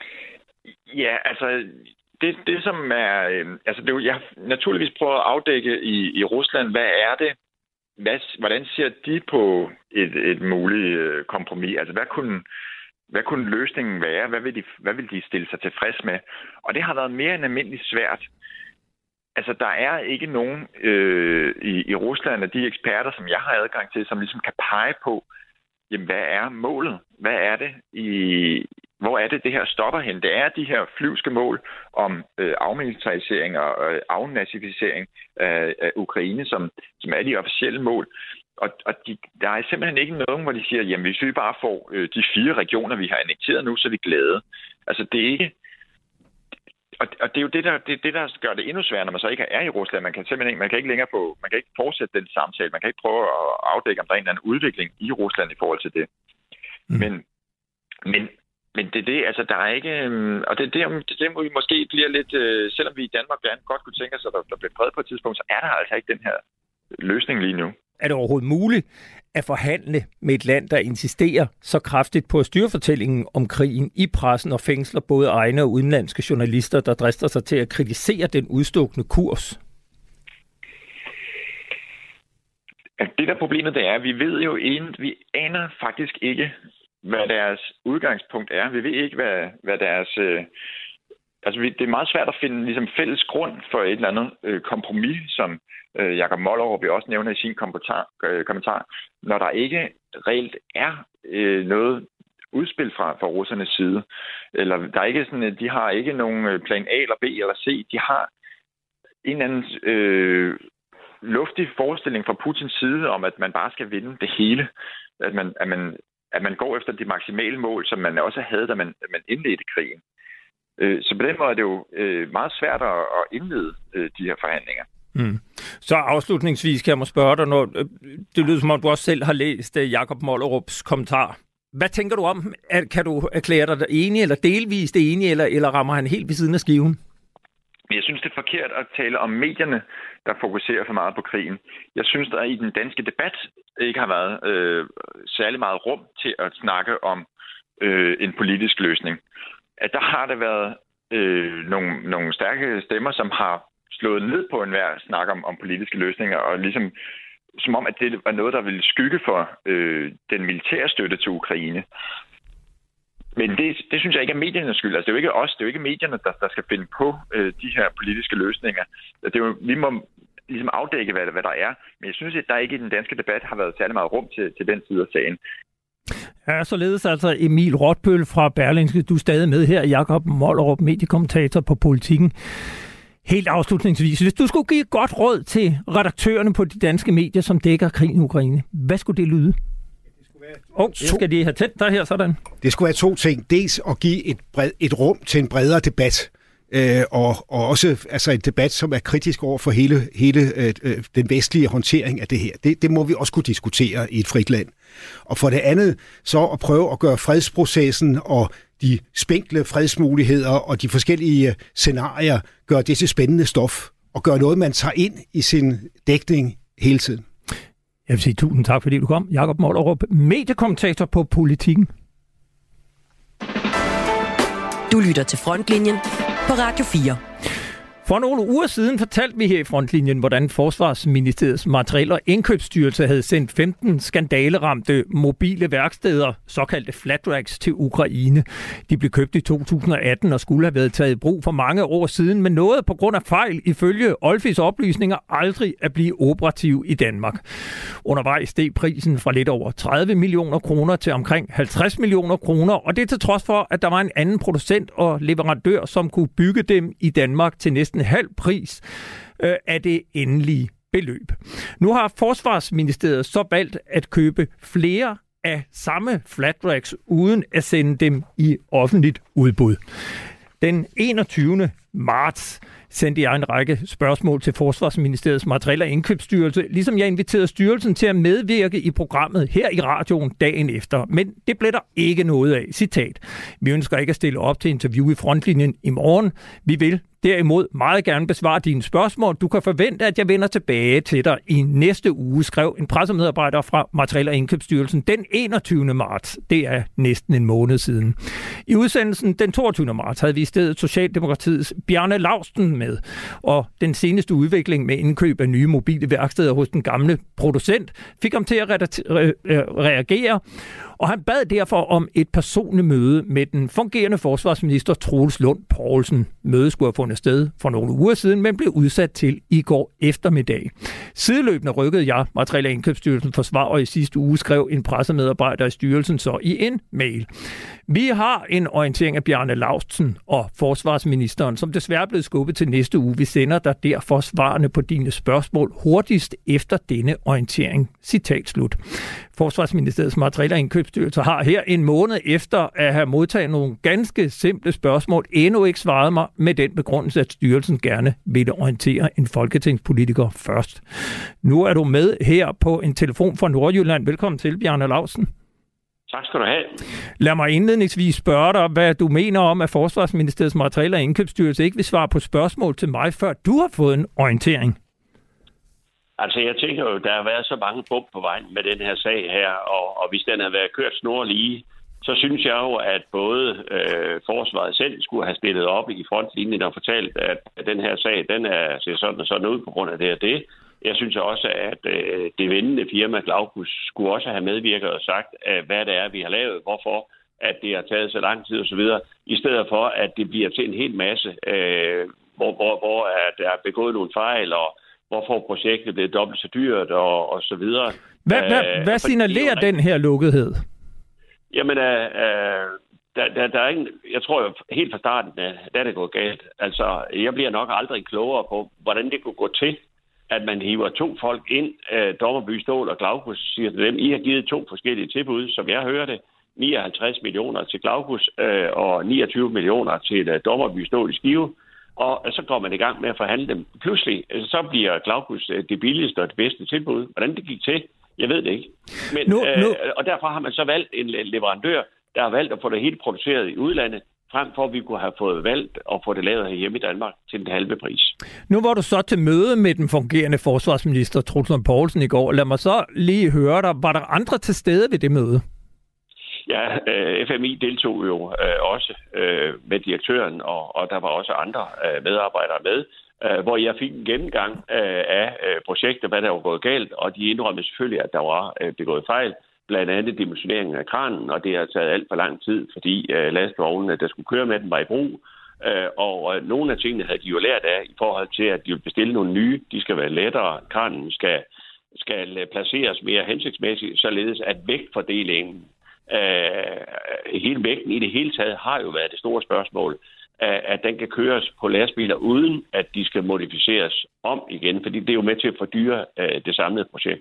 Ja, altså det som er... jeg har naturligvis prøvet at afdække i Rusland, hvad er det? Hvordan ser de på et muligt kompromis? Altså, hvad kunne løsningen være? Hvad vil de stille sig tilfreds med? Og det har været mere end almindeligt svært. Altså, der er ikke nogen i Rusland af de eksperter, som jeg har adgang til, som ligesom kan pege på, jamen, hvad er målet? Hvad er det hvor er det her stopper hen? Det er de her flyvske mål om afmilitarisering og afnazificering af Ukraine, som er de officielle mål. Og der er simpelthen ikke nogen, hvor de siger, jamen hvis vi bare får de 4 regioner, vi har annekteret nu, så er vi glade. Altså det er ikke... Og det er jo det, der gør det endnu sværere, når man så ikke er i Rusland. Man kan ikke fortsætte den samtale. Man kan ikke prøve at afdække, om der er en eller anden udvikling i Rusland i forhold til det. Mm. Men det er det, altså der er ikke... Og det må vi måske bliver lidt... Selvom vi i Danmark godt kunne tænke os, at der bliver fred på et tidspunkt, så er der altså ikke den her løsning lige nu. Er det overhovedet muligt at forhandle med et land, der insisterer så kraftigt på at styre fortællingen om krigen i pressen og fængsler både egne og udenlandske journalister, der drister sig til at kritisere den udstukne kurs? Det der problemet, det er, at vi aner faktisk ikke, hvad deres udgangspunkt er. Vi ved ikke, hvad deres... det er meget svært at finde ligesom, fælles grund for et eller andet kompromis, som Jakob Mollerup også nævner i sin kommentar, når der ikke reelt er noget udspil fra russernes side. Eller der er ikke sådan, de har ikke nogen plan A eller B eller C. De har en eller anden luftig forestilling fra Putins side om, at man bare skal vinde det hele. At man går efter de maksimale mål, som man også havde, da man indledte krigen. Så på den måde er det jo meget svært at indlede de her forhandlinger. Mm. Så afslutningsvis kan jeg spørge dig, når det lyder som om du også selv har læst Jakob Mollerups kommentar. Hvad tænker du om? Kan du erklære dig enig eller delvist enig, eller rammer han helt ved siden af skiven? Jeg synes, det er forkert at tale om medierne, der fokuserer for meget på krigen. Jeg synes, der i den danske debat ikke har været særlig meget rum til at snakke om en politisk løsning. At der har det været nogle stærke stemmer, som har slået ned på enhver snak om politiske løsninger, og ligesom som om, at det var noget, der ville skygge for den militære støtte til Ukraine. Men det synes jeg ikke er mediernes skyld. Altså, det er jo ikke os, det er jo ikke medierne, der skal finde på de her politiske løsninger. Det er jo, vi må ligesom afdække, hvad der er. Men jeg synes, at der ikke i den danske debat har været særlig meget rum til den side af sagen. Ja, således altså Emil Rotbøl fra Berlingske. Du er stadig med her, Jakob Mollerup, mediekommentator på Politikken. Helt afslutningsvis, hvis du skulle give et godt råd til redaktørerne på de danske medier, som dækker krigen i Ukraine, hvad skulle det lyde? Skal de have tændt dig her sådan? Det skulle være 2 ting. Dels at give et rum til en bredere debat, og også altså en debat, som er kritisk over for hele den vestlige håndtering af det her. Det må vi også kunne diskutere i et frit land. Og for det andet, så at prøve at gøre fredsprocessen og de spinkle fredsmuligheder og de forskellige scenarier, gøre det til spændende stof, og gøre noget, man tager ind i sin dækning hele tiden. Jeg vil sige tusind tak, fordi du kom. Jakob Mollerup, mediekommentator på Politikken. Du lytter til Frontlinjen på Radio 4. For nogle uger siden fortalte vi her i Frontlinjen, hvordan Forsvarsministeriets Materiel- og Indkøbsstyrelse havde sendt 15 skandaleramte mobile værksteder, såkaldte flatracks, til Ukraine. De blev købt i 2018 og skulle have været taget i brug for mange år siden, men nåede på grund af fejl ifølge Olfis oplysninger aldrig at blive operativ i Danmark. Undervejs steg prisen fra lidt over 30 millioner kroner til omkring 50 millioner kroner, og det til trods for, at der var en anden producent og leverandør, som kunne bygge dem i Danmark til næsten halv pris af det endelige beløb. Nu har Forsvarsministeriet så valgt at købe flere af samme flatracks uden at sende dem i offentligt udbud. Den 21. marts sendte jeg en række spørgsmål til Forsvarsministeriets Materiel- og Indkøbsstyrelse, ligesom jeg inviterede styrelsen til at medvirke i programmet her i radioen dagen efter. Men det blev der ikke noget af. Citat. Vi ønsker ikke at stille op til interview i Frontlinjen i morgen. Vi vil derimod meget gerne besvare dine spørgsmål. Du kan forvente, at jeg vender tilbage til dig i næste uge, skrev en pressemedarbejder fra Materiel- og Indkøbsstyrelsen den 21. marts. Det er næsten en måned siden. I udsendelsen den 22. marts havde vi i stedet Socialdemokratiets Bjarne Laustsen med. Og den seneste udvikling med indkøb af nye mobile værksteder hos den gamle producent fik ham til at reagere. Og han bad derfor om et personligt møde med den fungerende forsvarsminister Troels Lund Poulsen. Mødet skulle have fundet sted for nogle uger siden, men blev udsat til i går eftermiddag. Sideløbende rykkede jeg Materiel- og Indkøbsstyrelsen for svar, og i sidste uge skrev en pressemedarbejder i styrelsen så i en mail. Vi har en orientering af Bjarne Laustsen og forsvarsministeren, som desværre er blevet skubbet til næste uge. Vi sender dig derfor svarene på dine spørgsmål hurtigst efter denne orientering. Citat slut. Forsvarsministeriets Materiel- og Indkøbsstyrelse har her en måned efter at have modtaget nogle ganske simple spørgsmål endnu ikke svaret mig med den begrundelse, at styrelsen gerne ville orientere en folketingspolitiker først. Nu er du med her på en telefon fra Nordjylland. Velkommen til, Bjarne Laustsen. Tak skal du have. Lad mig indledningsvis spørge dig, hvad du mener om, at Forsvarsministeriets Materiel- og Indkøbsstyrelse ikke vil svare på spørgsmål til mig, før du har fået en orientering. Altså, jeg tænker jo, der har været så mange bump på vejen med den her sag her, og hvis den har været kørt snorlige, så synes jeg jo, at både forsvaret selv skulle have stillet op i frontlinjen og fortalt, at den her sag, den ser sådan og sådan ud på grund af det og det. Jeg synes også, at det vindende firma Glaucus skulle også have medvirket og sagt, hvad det er, vi har lavet, hvorfor at det har taget så lang tid osv., i stedet for, at det bliver til en hel masse, hvor der er begået nogle fejl, og hvorfor projektet blev dobbelt så dyrt, og så videre. Hvad signalerer den her lukkethed? Jamen, der er ingen, jeg tror jo helt fra starten, da det går galt. Altså, jeg bliver nok aldrig klogere på, hvordan det kunne gå til, at man hiver 2 folk ind, Dommerby Stål og Glaucus, siger til dem, I har givet 2 forskellige tilbud, som jeg hører det, 59 millioner til Glaucus og 29 millioner til Dommerby Stål i Skive. Og så går man i gang med at forhandle dem. Pludselig så bliver Glaucus det billigste og det bedste tilbud. Hvordan det gik til, jeg ved det ikke. Men, og derfor har man så valgt en leverandør, der har valgt at få det helt produceret i udlandet, frem for at vi kunne have fået valgt at få det lavet herhjemme i Danmark til den halve pris. Nu var du så til møde med den fungerende forsvarsminister Troels Lund Poulsen i går. Lad mig så lige høre dig. Var der andre til stede ved det møde? Ja, FMI deltog jo også med direktøren, og der var også andre medarbejdere med, hvor jeg fik en gennemgang af projektet, hvad der var gået galt, og de indrømmede selvfølgelig, at der var begået fejl. Blandt andet dimensioneringen af kranen, og det har taget alt for lang tid, fordi lastvognene, der skulle køre med den, var i brug. Og nogle af tingene havde de jo lært af i forhold til, at de vil bestille nogle nye. De skal være lettere. Kranen skal placeres mere hensigtsmæssigt, således at vægtfordelingen, hele vægten i det hele taget, har jo været det store spørgsmål, at den kan køres på lastbiler, uden at de skal modificeres om igen, fordi det er jo med til at fordyre det samlede projekt.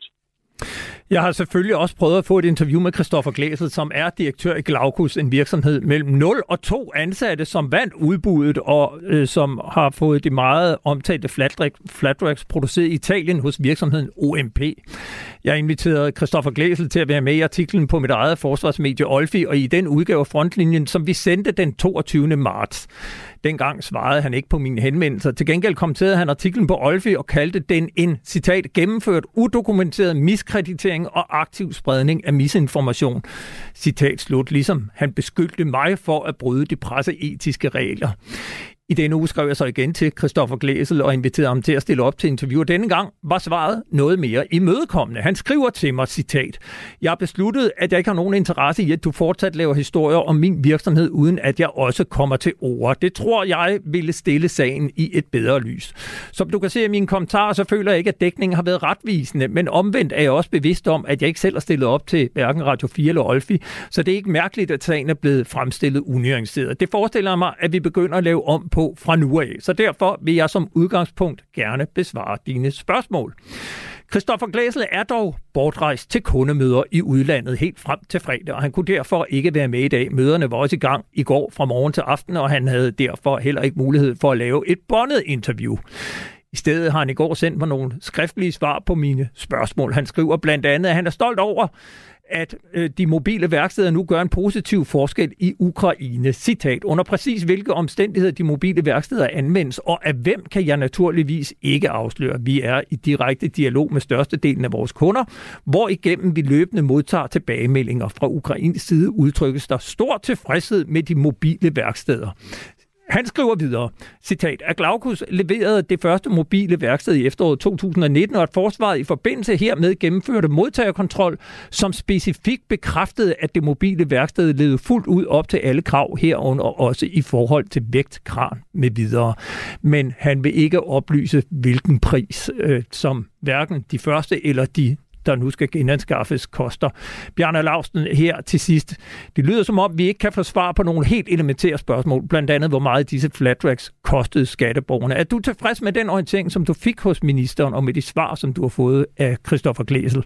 Jeg har selvfølgelig også prøvet at få et interview med Christoffer Glæsel, som er direktør i Glaucus, en virksomhed mellem 0 og 2 ansatte, som vandt udbuddet og som har fået de meget omtalte flatracks produceret i Italien hos virksomheden OMP. Jeg inviterede Christoffer Glæsel til at være med i artiklen på mit eget forsvarsmedie Olfi, og i den udgave af Frontlinjen, som vi sendte den 22. marts. Dengang svarede han ikke på mine henvendelser. Til gengæld kommenterede han artiklen på Olfi og kaldte den en, citat, gennemført, udokumenteret miskreditering og aktiv spredning af misinformation. Citat slut, ligesom han beskyldte mig for at bryde de presseetiske regler. I denne uge skrev jeg så igen til Christoffer Glæsel og inviterede ham til at stille op til interview. Denne gang var svaret noget mere imødekommende. Han skriver til mig, citat, jeg har besluttet, at jeg ikke har nogen interesse i, at du fortsat laver historier om min virksomhed, uden at jeg også kommer til ord. Det tror jeg ville stille sagen i et bedre lys. Som du kan se i mine kommentarer, så føler jeg ikke, at dækningen har været retvisende, men omvendt er jeg også bevidst om, at jeg ikke selv har stillet op til hverken Radio 4 eller Olfi, så det er ikke mærkeligt, at sagen er blevet fremstillet unuanceret. Det forestiller mig, at vi begynder at lave om på fra nu af. Så derfor vil jeg som udgangspunkt gerne besvare dine spørgsmål. Christoffer Glæsel er dog bortrejst til kundemøder i udlandet helt frem til fredag, og han kunne derfor ikke være med i dag. Møderne var også i gang i går fra morgen til aften, og han havde derfor heller ikke mulighed for at lave et båndet interview. I stedet har han i går sendt mig nogle skriftlige svar på mine spørgsmål. Han skriver blandt andet, at han er stolt over, at de mobile værksteder nu gør en positiv forskel i Ukraine. Citat, under præcis hvilke omstændigheder de mobile værksteder anvendes, og af hvem kan jeg naturligvis ikke afsløre. Vi er i direkte dialog med størstedelen af vores kunder, hvor igennem vi løbende modtager tilbagemeldinger fra Ukraines side, udtrykkes der stor tilfredshed med de mobile værksteder. Han skriver videre, citat, at Glaucus leverede det første mobile værksted i efteråret 2019, og at forsvaret i forbindelse hermed gennemførte modtagerkontrol, som specifikt bekræftede, at det mobile værksted levede fuldt ud op til alle krav herunder, også i forhold til vægt, kran med videre. Men han vil ikke oplyse, hvilken pris, som hverken de første eller de der nu skal genanskaffes, koster. Bjarne Laustsen her til sidst. Det lyder som om, vi ikke kan få svar på nogle helt elementære spørgsmål, blandt andet, hvor meget disse flatracks kostede skatteborgerne. Er du tilfreds med den orientering, som du fik hos ministeren, og med de svar, som du har fået af Christoffer Glæsel?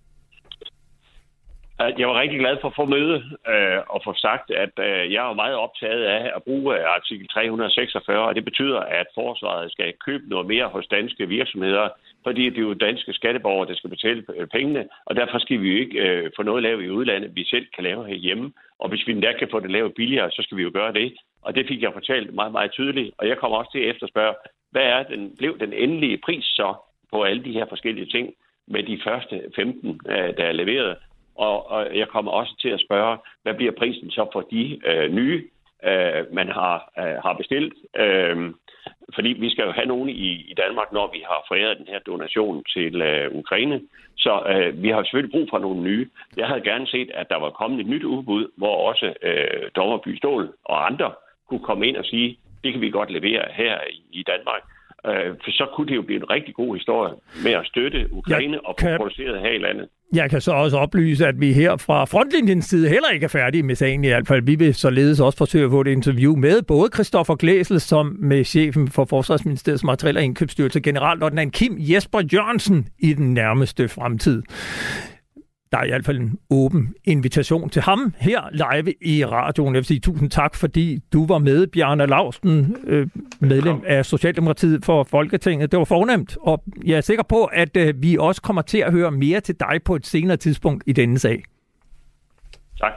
Jeg var rigtig glad for at få møde og få sagt, at jeg er meget optaget af at bruge artikel 346, og det betyder, at forsvaret skal købe noget mere hos danske virksomheder, fordi det er jo danske skatteborgere, der skal betale pengene, og derfor skal vi jo ikke få noget lavet i udlandet, vi selv kan lave herhjemme. Og hvis vi endda kan få det lavet billigere, så skal vi jo gøre det. Og det fik jeg fortalt meget, meget tydeligt. Og jeg kommer også til at efterspørge, blev den endelige pris så på alle de her forskellige ting med de første 15, der er leveret. Og jeg kommer også til at spørge, hvad bliver prisen så for de nye, man har bestilt? Fordi vi skal jo have nogen i Danmark, når vi har foræret den her donation til Ukraine. Så vi har selvfølgelig brug for nogle nye. Jeg havde gerne set, at der var kommet et nyt udbud, hvor også Dommerby Stål og andre kunne komme ind og sige, det kan vi godt levere her i Danmark. For så kunne det jo blive en rigtig god historie med at støtte Ukraine og få produceret her i landet. Jeg kan så også oplyse, at vi her fra Frontlinjens side heller ikke er færdige med sagen i hvert fald. Vi vil således også forsøge at få et interview med både Christoffer Glæsel, som med chefen for Forsvarsministeriets Materiel- og Indkøbsstyrelse, generalløjtnant Kim Jesper Jørgensen, i den nærmeste fremtid. der er i hvert fald en åben invitation til ham her live i radioen. Jeg vil sige tusind tak, fordi du var med, Bjarne Laustsen, medlem af Socialdemokratiet for Folketinget. Det var fornemt, og jeg er sikker på, at vi også kommer til at høre mere til dig på et senere tidspunkt i denne sag. Tak.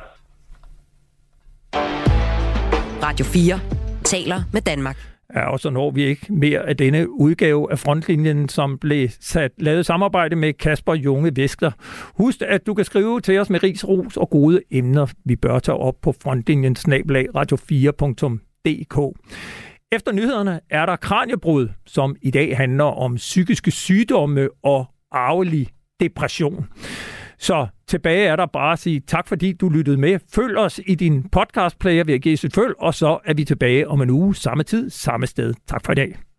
Radio 4 taler med Danmark. Ja, og så når vi ikke mere af denne udgave af Frontlinjen, som blev lavet samarbejde med Kasper Junge Vester. Husk, at du kan skrive til os med ris, ros og gode emner, vi bør tage op på frontlinjen@radio4.dk. Efter nyhederne er der Kraniebrud, som i dag handler om psykiske sygdomme og arvelig depression. Så tilbage er der bare at sige tak, fordi du lyttede med. Følg os i din podcastplayer ved at give os et følg, og så er vi tilbage om en uge, samme tid, samme sted. Tak for i dag.